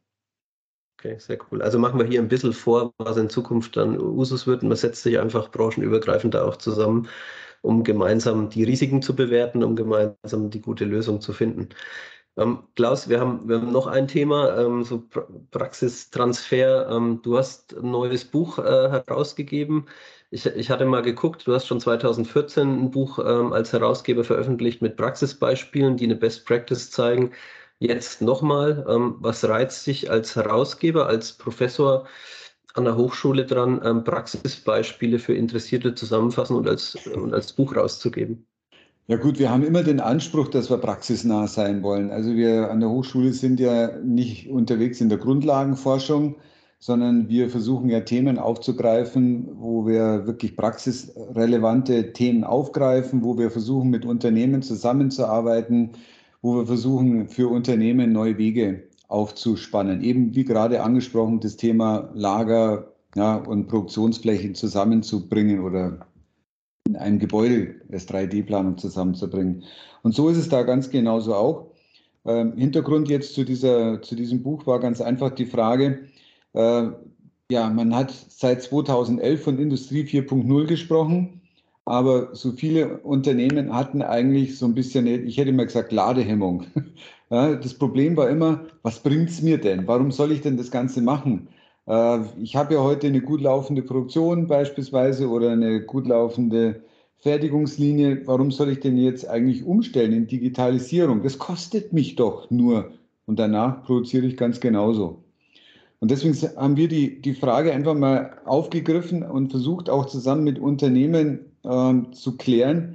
Okay, sehr cool. Also machen wir hier ein bisschen vor, was in Zukunft dann Usus wird. Und man setzt sich einfach branchenübergreifend da auch zusammen, um gemeinsam die Risiken zu bewerten, um gemeinsam die gute Lösung zu finden. Ähm, Klaus, wir haben, wir haben noch ein Thema, ähm, so pra Praxistransfer. Ähm, du hast ein neues Buch äh, herausgegeben. Ich, ich hatte mal geguckt, du hast schon zweitausendvierzehn ein Buch ähm, als Herausgeber veröffentlicht mit Praxisbeispielen, die eine Best Practice zeigen. Jetzt nochmal, ähm, was reizt dich als Herausgeber, als Professor an der Hochschule dran, ähm, Praxisbeispiele für Interessierte zusammenfassen und als, und als Buch rauszugeben? Ja gut, wir haben immer den Anspruch, dass wir praxisnah sein wollen. Also wir an der Hochschule sind ja nicht unterwegs in der Grundlagenforschung, sondern wir versuchen ja Themen aufzugreifen, wo wir wirklich praxisrelevante Themen aufgreifen, wo wir versuchen, mit Unternehmen zusammenzuarbeiten, wo wir versuchen, für Unternehmen neue Wege aufzuspannen. Eben wie gerade angesprochen, das Thema Lager, ja, und Produktionsflächen zusammenzubringen oder in einem Gebäude als drei D-Planung zusammenzubringen. Und so ist es da ganz genauso auch. Ähm, Hintergrund jetzt zu dieser, zu diesem Buch war ganz einfach die Frage, äh, ja, man hat seit zweitausendelf von Industrie vier Punkt null gesprochen, aber so viele Unternehmen hatten eigentlich so ein bisschen, ich hätte mal gesagt, Ladehemmung. Ja, das Problem war immer, was bringt es mir denn? Warum soll ich denn das Ganze machen? Äh, ich habe ja heute eine gut laufende Produktion beispielsweise oder eine gut laufende Fertigungslinie. Warum soll ich denn jetzt eigentlich umstellen in Digitalisierung? Das kostet mich doch nur. Und danach produziere ich ganz genauso. Und deswegen haben wir die, die Frage einfach mal aufgegriffen und versucht auch zusammen mit Unternehmen ähm, zu klären,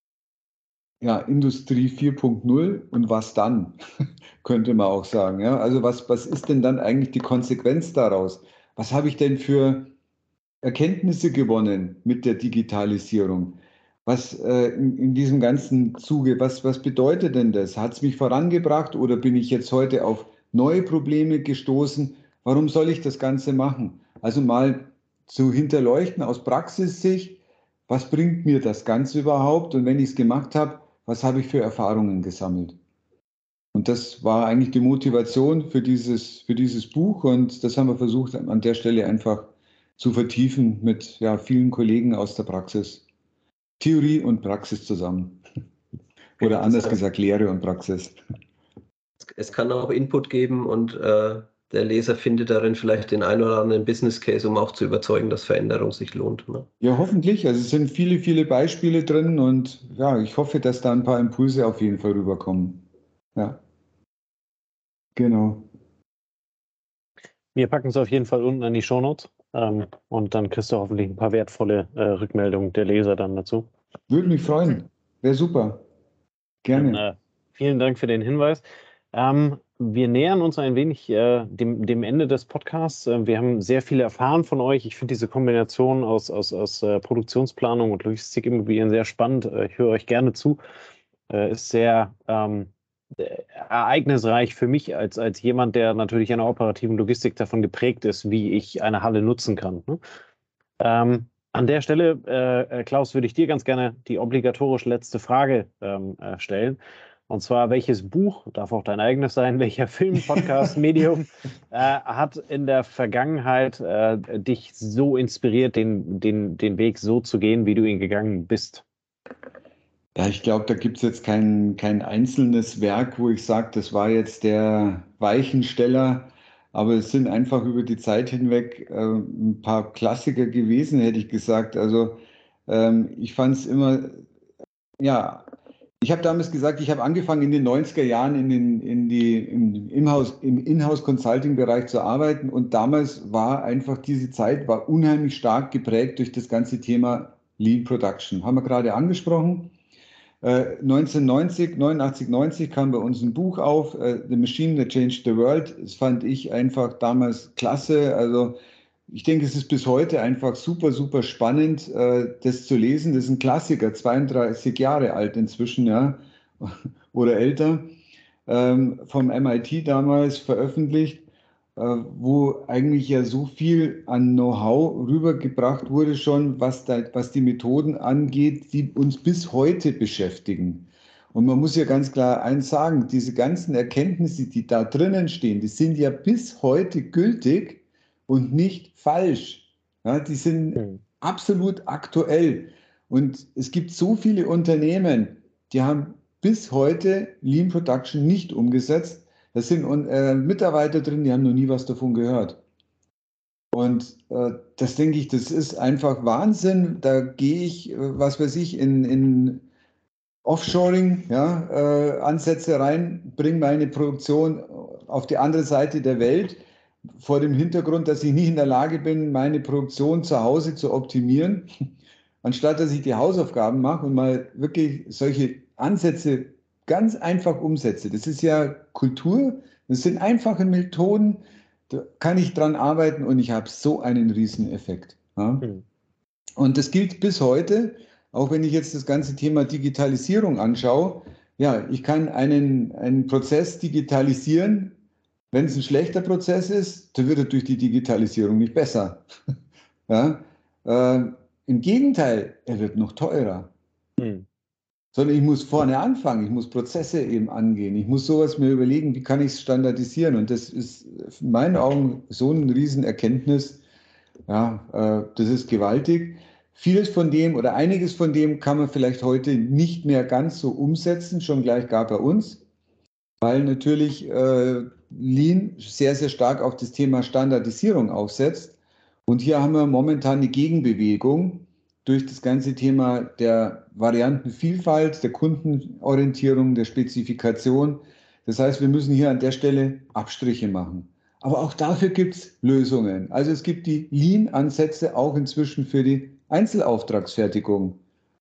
ja, Industrie vier Punkt null und was dann, könnte man auch sagen. Ja? Also was, was ist denn dann eigentlich die Konsequenz daraus? Was habe ich denn für Erkenntnisse gewonnen mit der Digitalisierung? Was äh, in, in diesem ganzen Zuge, was, was bedeutet denn das? Hat es mich vorangebracht oder bin ich jetzt heute auf neue Probleme gestoßen? Warum soll ich das Ganze machen? Also mal zu hinterleuchten aus Praxissicht, was bringt mir das Ganze überhaupt? Und wenn ich es gemacht habe, was habe ich für Erfahrungen gesammelt? Und das war eigentlich die Motivation für dieses, für dieses Buch und das haben wir versucht an der Stelle einfach zu vertiefen mit ja, vielen Kollegen aus der Praxis. Theorie und Praxis zusammen. Oder anders gesagt, Lehre und Praxis. es kann auch Input geben und äh, der Leser findet darin vielleicht den einen oder anderen Business Case, um auch zu überzeugen, dass Veränderung sich lohnt. Ne? Ja, hoffentlich. Also es sind viele, viele Beispiele drin und ja, ich hoffe, dass da ein paar Impulse auf jeden Fall rüberkommen. Ja, genau. Wir packen es auf jeden Fall unten in die Shownotes ähm, und dann kriegst du hoffentlich ein paar wertvolle äh, Rückmeldungen der Leser dann dazu. Würde mich freuen. Wäre super. Gerne. Dann, äh, vielen Dank für den Hinweis. Ähm, wir nähern uns ein wenig äh, dem, dem Ende des Podcasts. Äh, wir haben sehr viel erfahren von euch. Ich finde diese Kombination aus, aus, aus äh, Produktionsplanung und Logistikimmobilien sehr spannend. Äh, ich höre euch gerne zu. Äh, ist sehr ähm, ereignisreich für mich als, als jemand, der natürlich in der operativen Logistik davon geprägt ist, wie ich eine Halle nutzen kann. Ne? Ähm, an der Stelle, äh, Klaus, würde ich dir ganz gerne die obligatorisch letzte Frage ähm, äh, stellen. Und zwar, welches Buch, darf auch dein eigenes sein, welcher Film, Podcast, Medium äh, hat in der Vergangenheit äh, dich so inspiriert, den, den, den Weg so zu gehen, wie du ihn gegangen bist? Ja, ich glaube, da gibt es jetzt kein, kein einzelnes Werk, wo ich sage, das war jetzt der Weichensteller, aber es sind einfach über die Zeit hinweg äh, ein paar Klassiker gewesen, hätte ich gesagt. Also ähm, ich fand es immer, ja, ich habe damals gesagt, ich habe angefangen in den neunziger Jahren in den, in die, im, Inhouse, im Inhouse-Consulting-Bereich zu arbeiten und damals war einfach diese Zeit war unheimlich stark geprägt durch das ganze Thema Lean Production. Haben wir gerade angesprochen. Äh, neunzehnhundertneunzig, neunundachtzig, neunzig kam bei uns ein Buch auf, äh, The Machine That Changed the World. Das fand ich einfach damals klasse. Also ich denke, es ist bis heute einfach super, super spannend, äh, das zu lesen. Das ist ein Klassiker, zweiunddreißig Jahre alt inzwischen, ja, oder älter, ähm, vom M I T damals veröffentlicht, äh, wo eigentlich ja so viel an Know-how rübergebracht wurde schon, was da, was die Methoden angeht, die uns bis heute beschäftigen. Und man muss ja ganz klar eins sagen, diese ganzen Erkenntnisse, die da drinnen stehen, die sind ja bis heute gültig und nicht falsch. Ja, die sind Hm. absolut aktuell. Und es gibt so viele Unternehmen, die haben bis heute Lean Production nicht umgesetzt. Da sind äh, Mitarbeiter drin, die haben noch nie was davon gehört. Und äh, das denke ich, das ist einfach Wahnsinn. Da gehe ich, äh, was weiß ich, in, in Offshoring, ja, äh, Ansätze rein, bringe meine Produktion auf die andere Seite der Welt, vor dem Hintergrund, dass ich nicht in der Lage bin, meine Produktion zu Hause zu optimieren, anstatt dass ich die Hausaufgaben mache und mal wirklich solche Ansätze ganz einfach umsetze. Das ist ja Kultur, das sind einfache Methoden, da kann ich dran arbeiten und ich habe so einen Rieseneffekt. Ja? Hm. Und das gilt bis heute, auch wenn ich jetzt das ganze Thema Digitalisierung anschaue. Ja, ich kann einen, einen Prozess digitalisieren. Wenn es ein schlechter Prozess ist, dann wird er durch die Digitalisierung nicht besser. Ja? Äh, Im Gegenteil, er wird noch teurer. Hm. Sondern ich muss vorne anfangen, ich muss Prozesse eben angehen, ich muss sowas mir überlegen, wie kann ich es standardisieren. Und das ist in meinen Augen so eine Riesenerkenntnis. Ja, äh, das ist gewaltig. Vieles von dem oder einiges von dem kann man vielleicht heute nicht mehr ganz so umsetzen, schon gleich gar bei uns, weil natürlich äh, Lean sehr, sehr stark auf das Thema Standardisierung aufsetzt. Und hier haben wir momentan eine Gegenbewegung durch das ganze Thema der Variantenvielfalt, der Kundenorientierung, der Spezifikation. Das heißt, wir müssen hier an der Stelle Abstriche machen. Aber auch dafür gibt es Lösungen. Also es gibt die Lean-Ansätze auch inzwischen für die Einzelauftragsfertigung.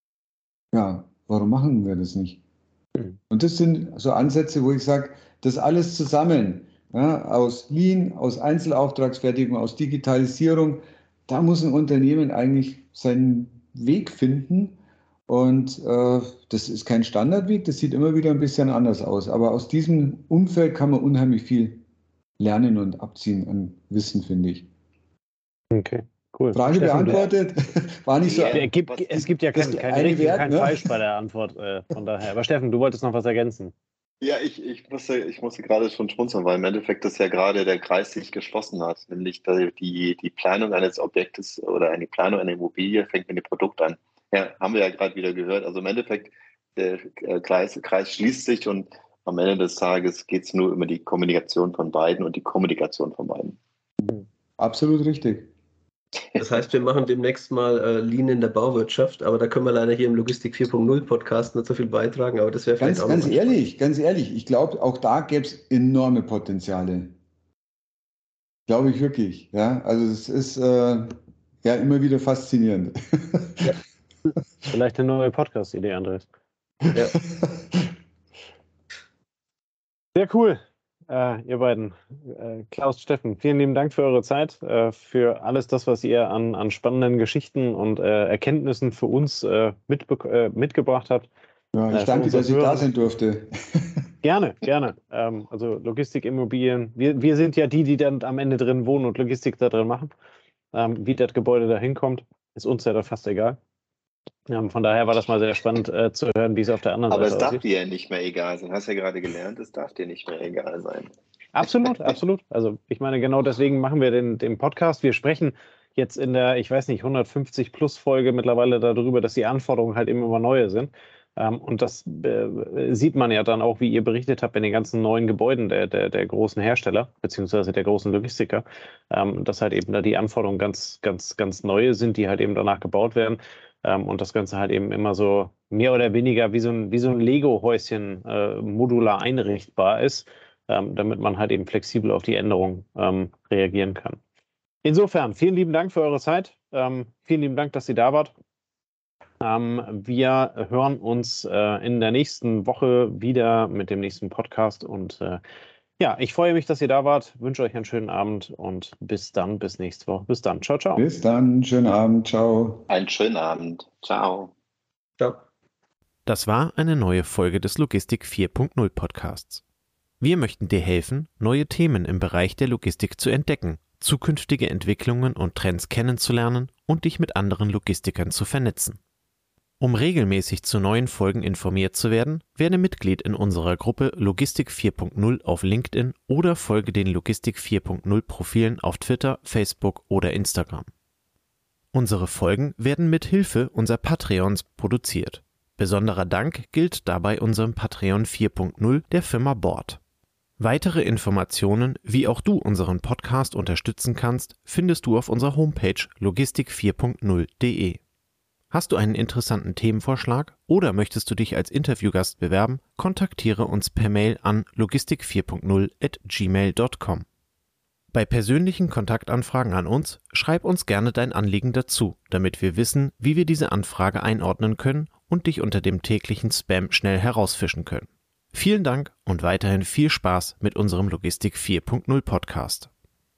Ja, warum machen wir das nicht? Hm. Und das sind so Ansätze, wo ich sage, das alles zusammen, ja, aus Lean, aus Einzelauftragsfertigung, aus Digitalisierung, da muss ein Unternehmen eigentlich seinen Weg finden. Und äh, das ist kein Standardweg, das sieht immer wieder ein bisschen anders aus. Aber aus diesem Umfeld kann man unheimlich viel lernen und abziehen an Wissen, finde ich. Okay, cool. Frage Steffen, du- beantwortet? War nicht so. Ja, Es gibt, was- es gibt ja das kein, kein eine richtig und Wert, kein ne? falsch bei der Antwort, äh, von daher. Aber Steffen, du wolltest noch was ergänzen. Ja, ich, ich musste, ich musste gerade schon schmunzeln, weil im Endeffekt das ja gerade der Kreis sich geschlossen hat. Nämlich die, die Planung eines Objektes oder eine Planung einer Immobilie fängt mit dem Produkt an. Ja, haben wir ja gerade wieder gehört. Also im Endeffekt, der äh, Kreis, Kreis schließt sich und am Ende des Tages geht es nur über die Kommunikation von beiden und die Kommunikation von beiden. Absolut richtig. Das heißt, wir machen demnächst mal äh, Lean in der Bauwirtschaft, aber da können wir leider hier im Logistik vier Punkt null Podcast nicht so viel beitragen, aber das wäre vielleicht Ganz, auch ganz noch ehrlich, ganz ehrlich, ich glaube, auch da gäbe es enorme Potenziale. Glaube ich wirklich. Ja, also es ist äh, ja immer wieder faszinierend. Ja. Vielleicht eine neue Podcast-Idee, Andreas. Ja. Sehr cool, äh, ihr beiden. Äh, Klaus, Steffen, vielen lieben Dank für eure Zeit, äh, für alles das, was ihr an, an spannenden Geschichten und äh, Erkenntnissen für uns äh, mitbe- äh, mitgebracht habt. Ja, ich Äh, danke, für dass ich unsere da Hörer. sein durfte. Gerne, gerne. Ähm, also Logistik, Immobilien. Wir, wir sind ja die, die dann am Ende drin wohnen und Logistik da drin machen. Ähm, wie das Gebäude da hinkommt, ist uns ja da fast egal. Ähm, von daher war das mal sehr spannend äh, zu hören, wie es auf der anderen Aber Seite es darf aussieht. dir ja nicht mehr egal sein. Hast ja gerade gelernt, es darf dir nicht mehr egal sein. Absolut, absolut. Also ich meine, genau deswegen machen wir den, den Podcast. Wir sprechen jetzt in der, ich weiß nicht, hundertfünfzig plus Folge mittlerweile darüber, dass die Anforderungen halt immer mal neue sind. Ähm, und das äh, sieht man ja dann auch, wie ihr berichtet habt, in den ganzen neuen Gebäuden der, der, der großen Hersteller, beziehungsweise der großen Logistiker, ähm, dass halt eben da die Anforderungen ganz, ganz, ganz neue sind, die halt eben danach gebaut werden. Ähm, und das Ganze halt eben immer so mehr oder weniger wie so ein, wie so ein Lego-Häuschen äh, modular einrichtbar ist, ähm, damit man halt eben flexibel auf die Änderungen ähm, reagieren kann. Insofern, vielen lieben Dank für eure Zeit. Ähm, vielen lieben Dank, dass ihr da wart. Ähm, wir hören uns äh, in der nächsten Woche wieder mit dem nächsten Podcast. Und äh, ja, ich freue mich, dass ihr da wart. Wünsche euch einen schönen Abend und bis dann, bis nächste Woche. Bis dann. Ciao, ciao. Bis dann, schönen Abend, ciao. Einen schönen Abend. Ciao. Ciao. Das war eine neue Folge des Logistik vier Punkt null Podcasts. Wir möchten dir helfen, neue Themen im Bereich der Logistik zu entdecken, zukünftige Entwicklungen und Trends kennenzulernen und dich mit anderen Logistikern zu vernetzen. Um regelmäßig zu neuen Folgen informiert zu werden, werde Mitglied in unserer Gruppe Logistik vier Punkt null auf LinkedIn oder folge den Logistik vier Punkt null Profilen auf Twitter, Facebook oder Instagram. Unsere Folgen werden mit Hilfe unserer Patreons produziert. Besonderer Dank gilt dabei unserem Patreon vier Punkt null der Firma Board. Weitere Informationen, wie auch du unseren Podcast unterstützen kannst, findest du auf unserer Homepage logistik vier Punkt null punkt de. Hast du einen interessanten Themenvorschlag oder möchtest du dich als Interviewgast bewerben, kontaktiere uns per Mail an logistik vier Punkt null at gmail punkt com. Bei persönlichen Kontaktanfragen an uns, schreib uns gerne dein Anliegen dazu, damit wir wissen, wie wir diese Anfrage einordnen können und dich unter dem täglichen Spam schnell herausfischen können. Vielen Dank und weiterhin viel Spaß mit unserem Logistik vier Punkt null Podcast.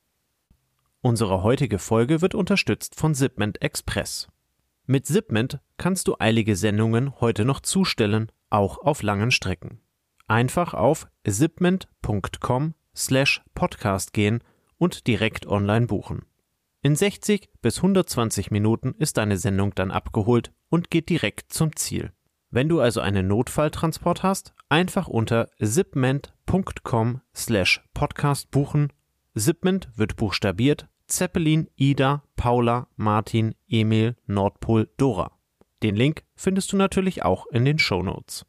Unsere heutige Folge wird unterstützt von Zipment Express. Mit Zipment kannst du eilige Sendungen heute noch zustellen, auch auf langen Strecken. Einfach auf zipment punkt com slash podcast gehen und direkt online buchen. In sechzig bis hundertzwanzig Minuten ist deine Sendung dann abgeholt und geht direkt zum Ziel. Wenn du also einen Notfalltransport hast, einfach unter zipment punkt com slash podcast buchen. Zipment wird buchstabiert Zeppelin, Ida, Paula, Martin, Emil, Nordpol, Dora. Den Link findest du natürlich auch in den Shownotes.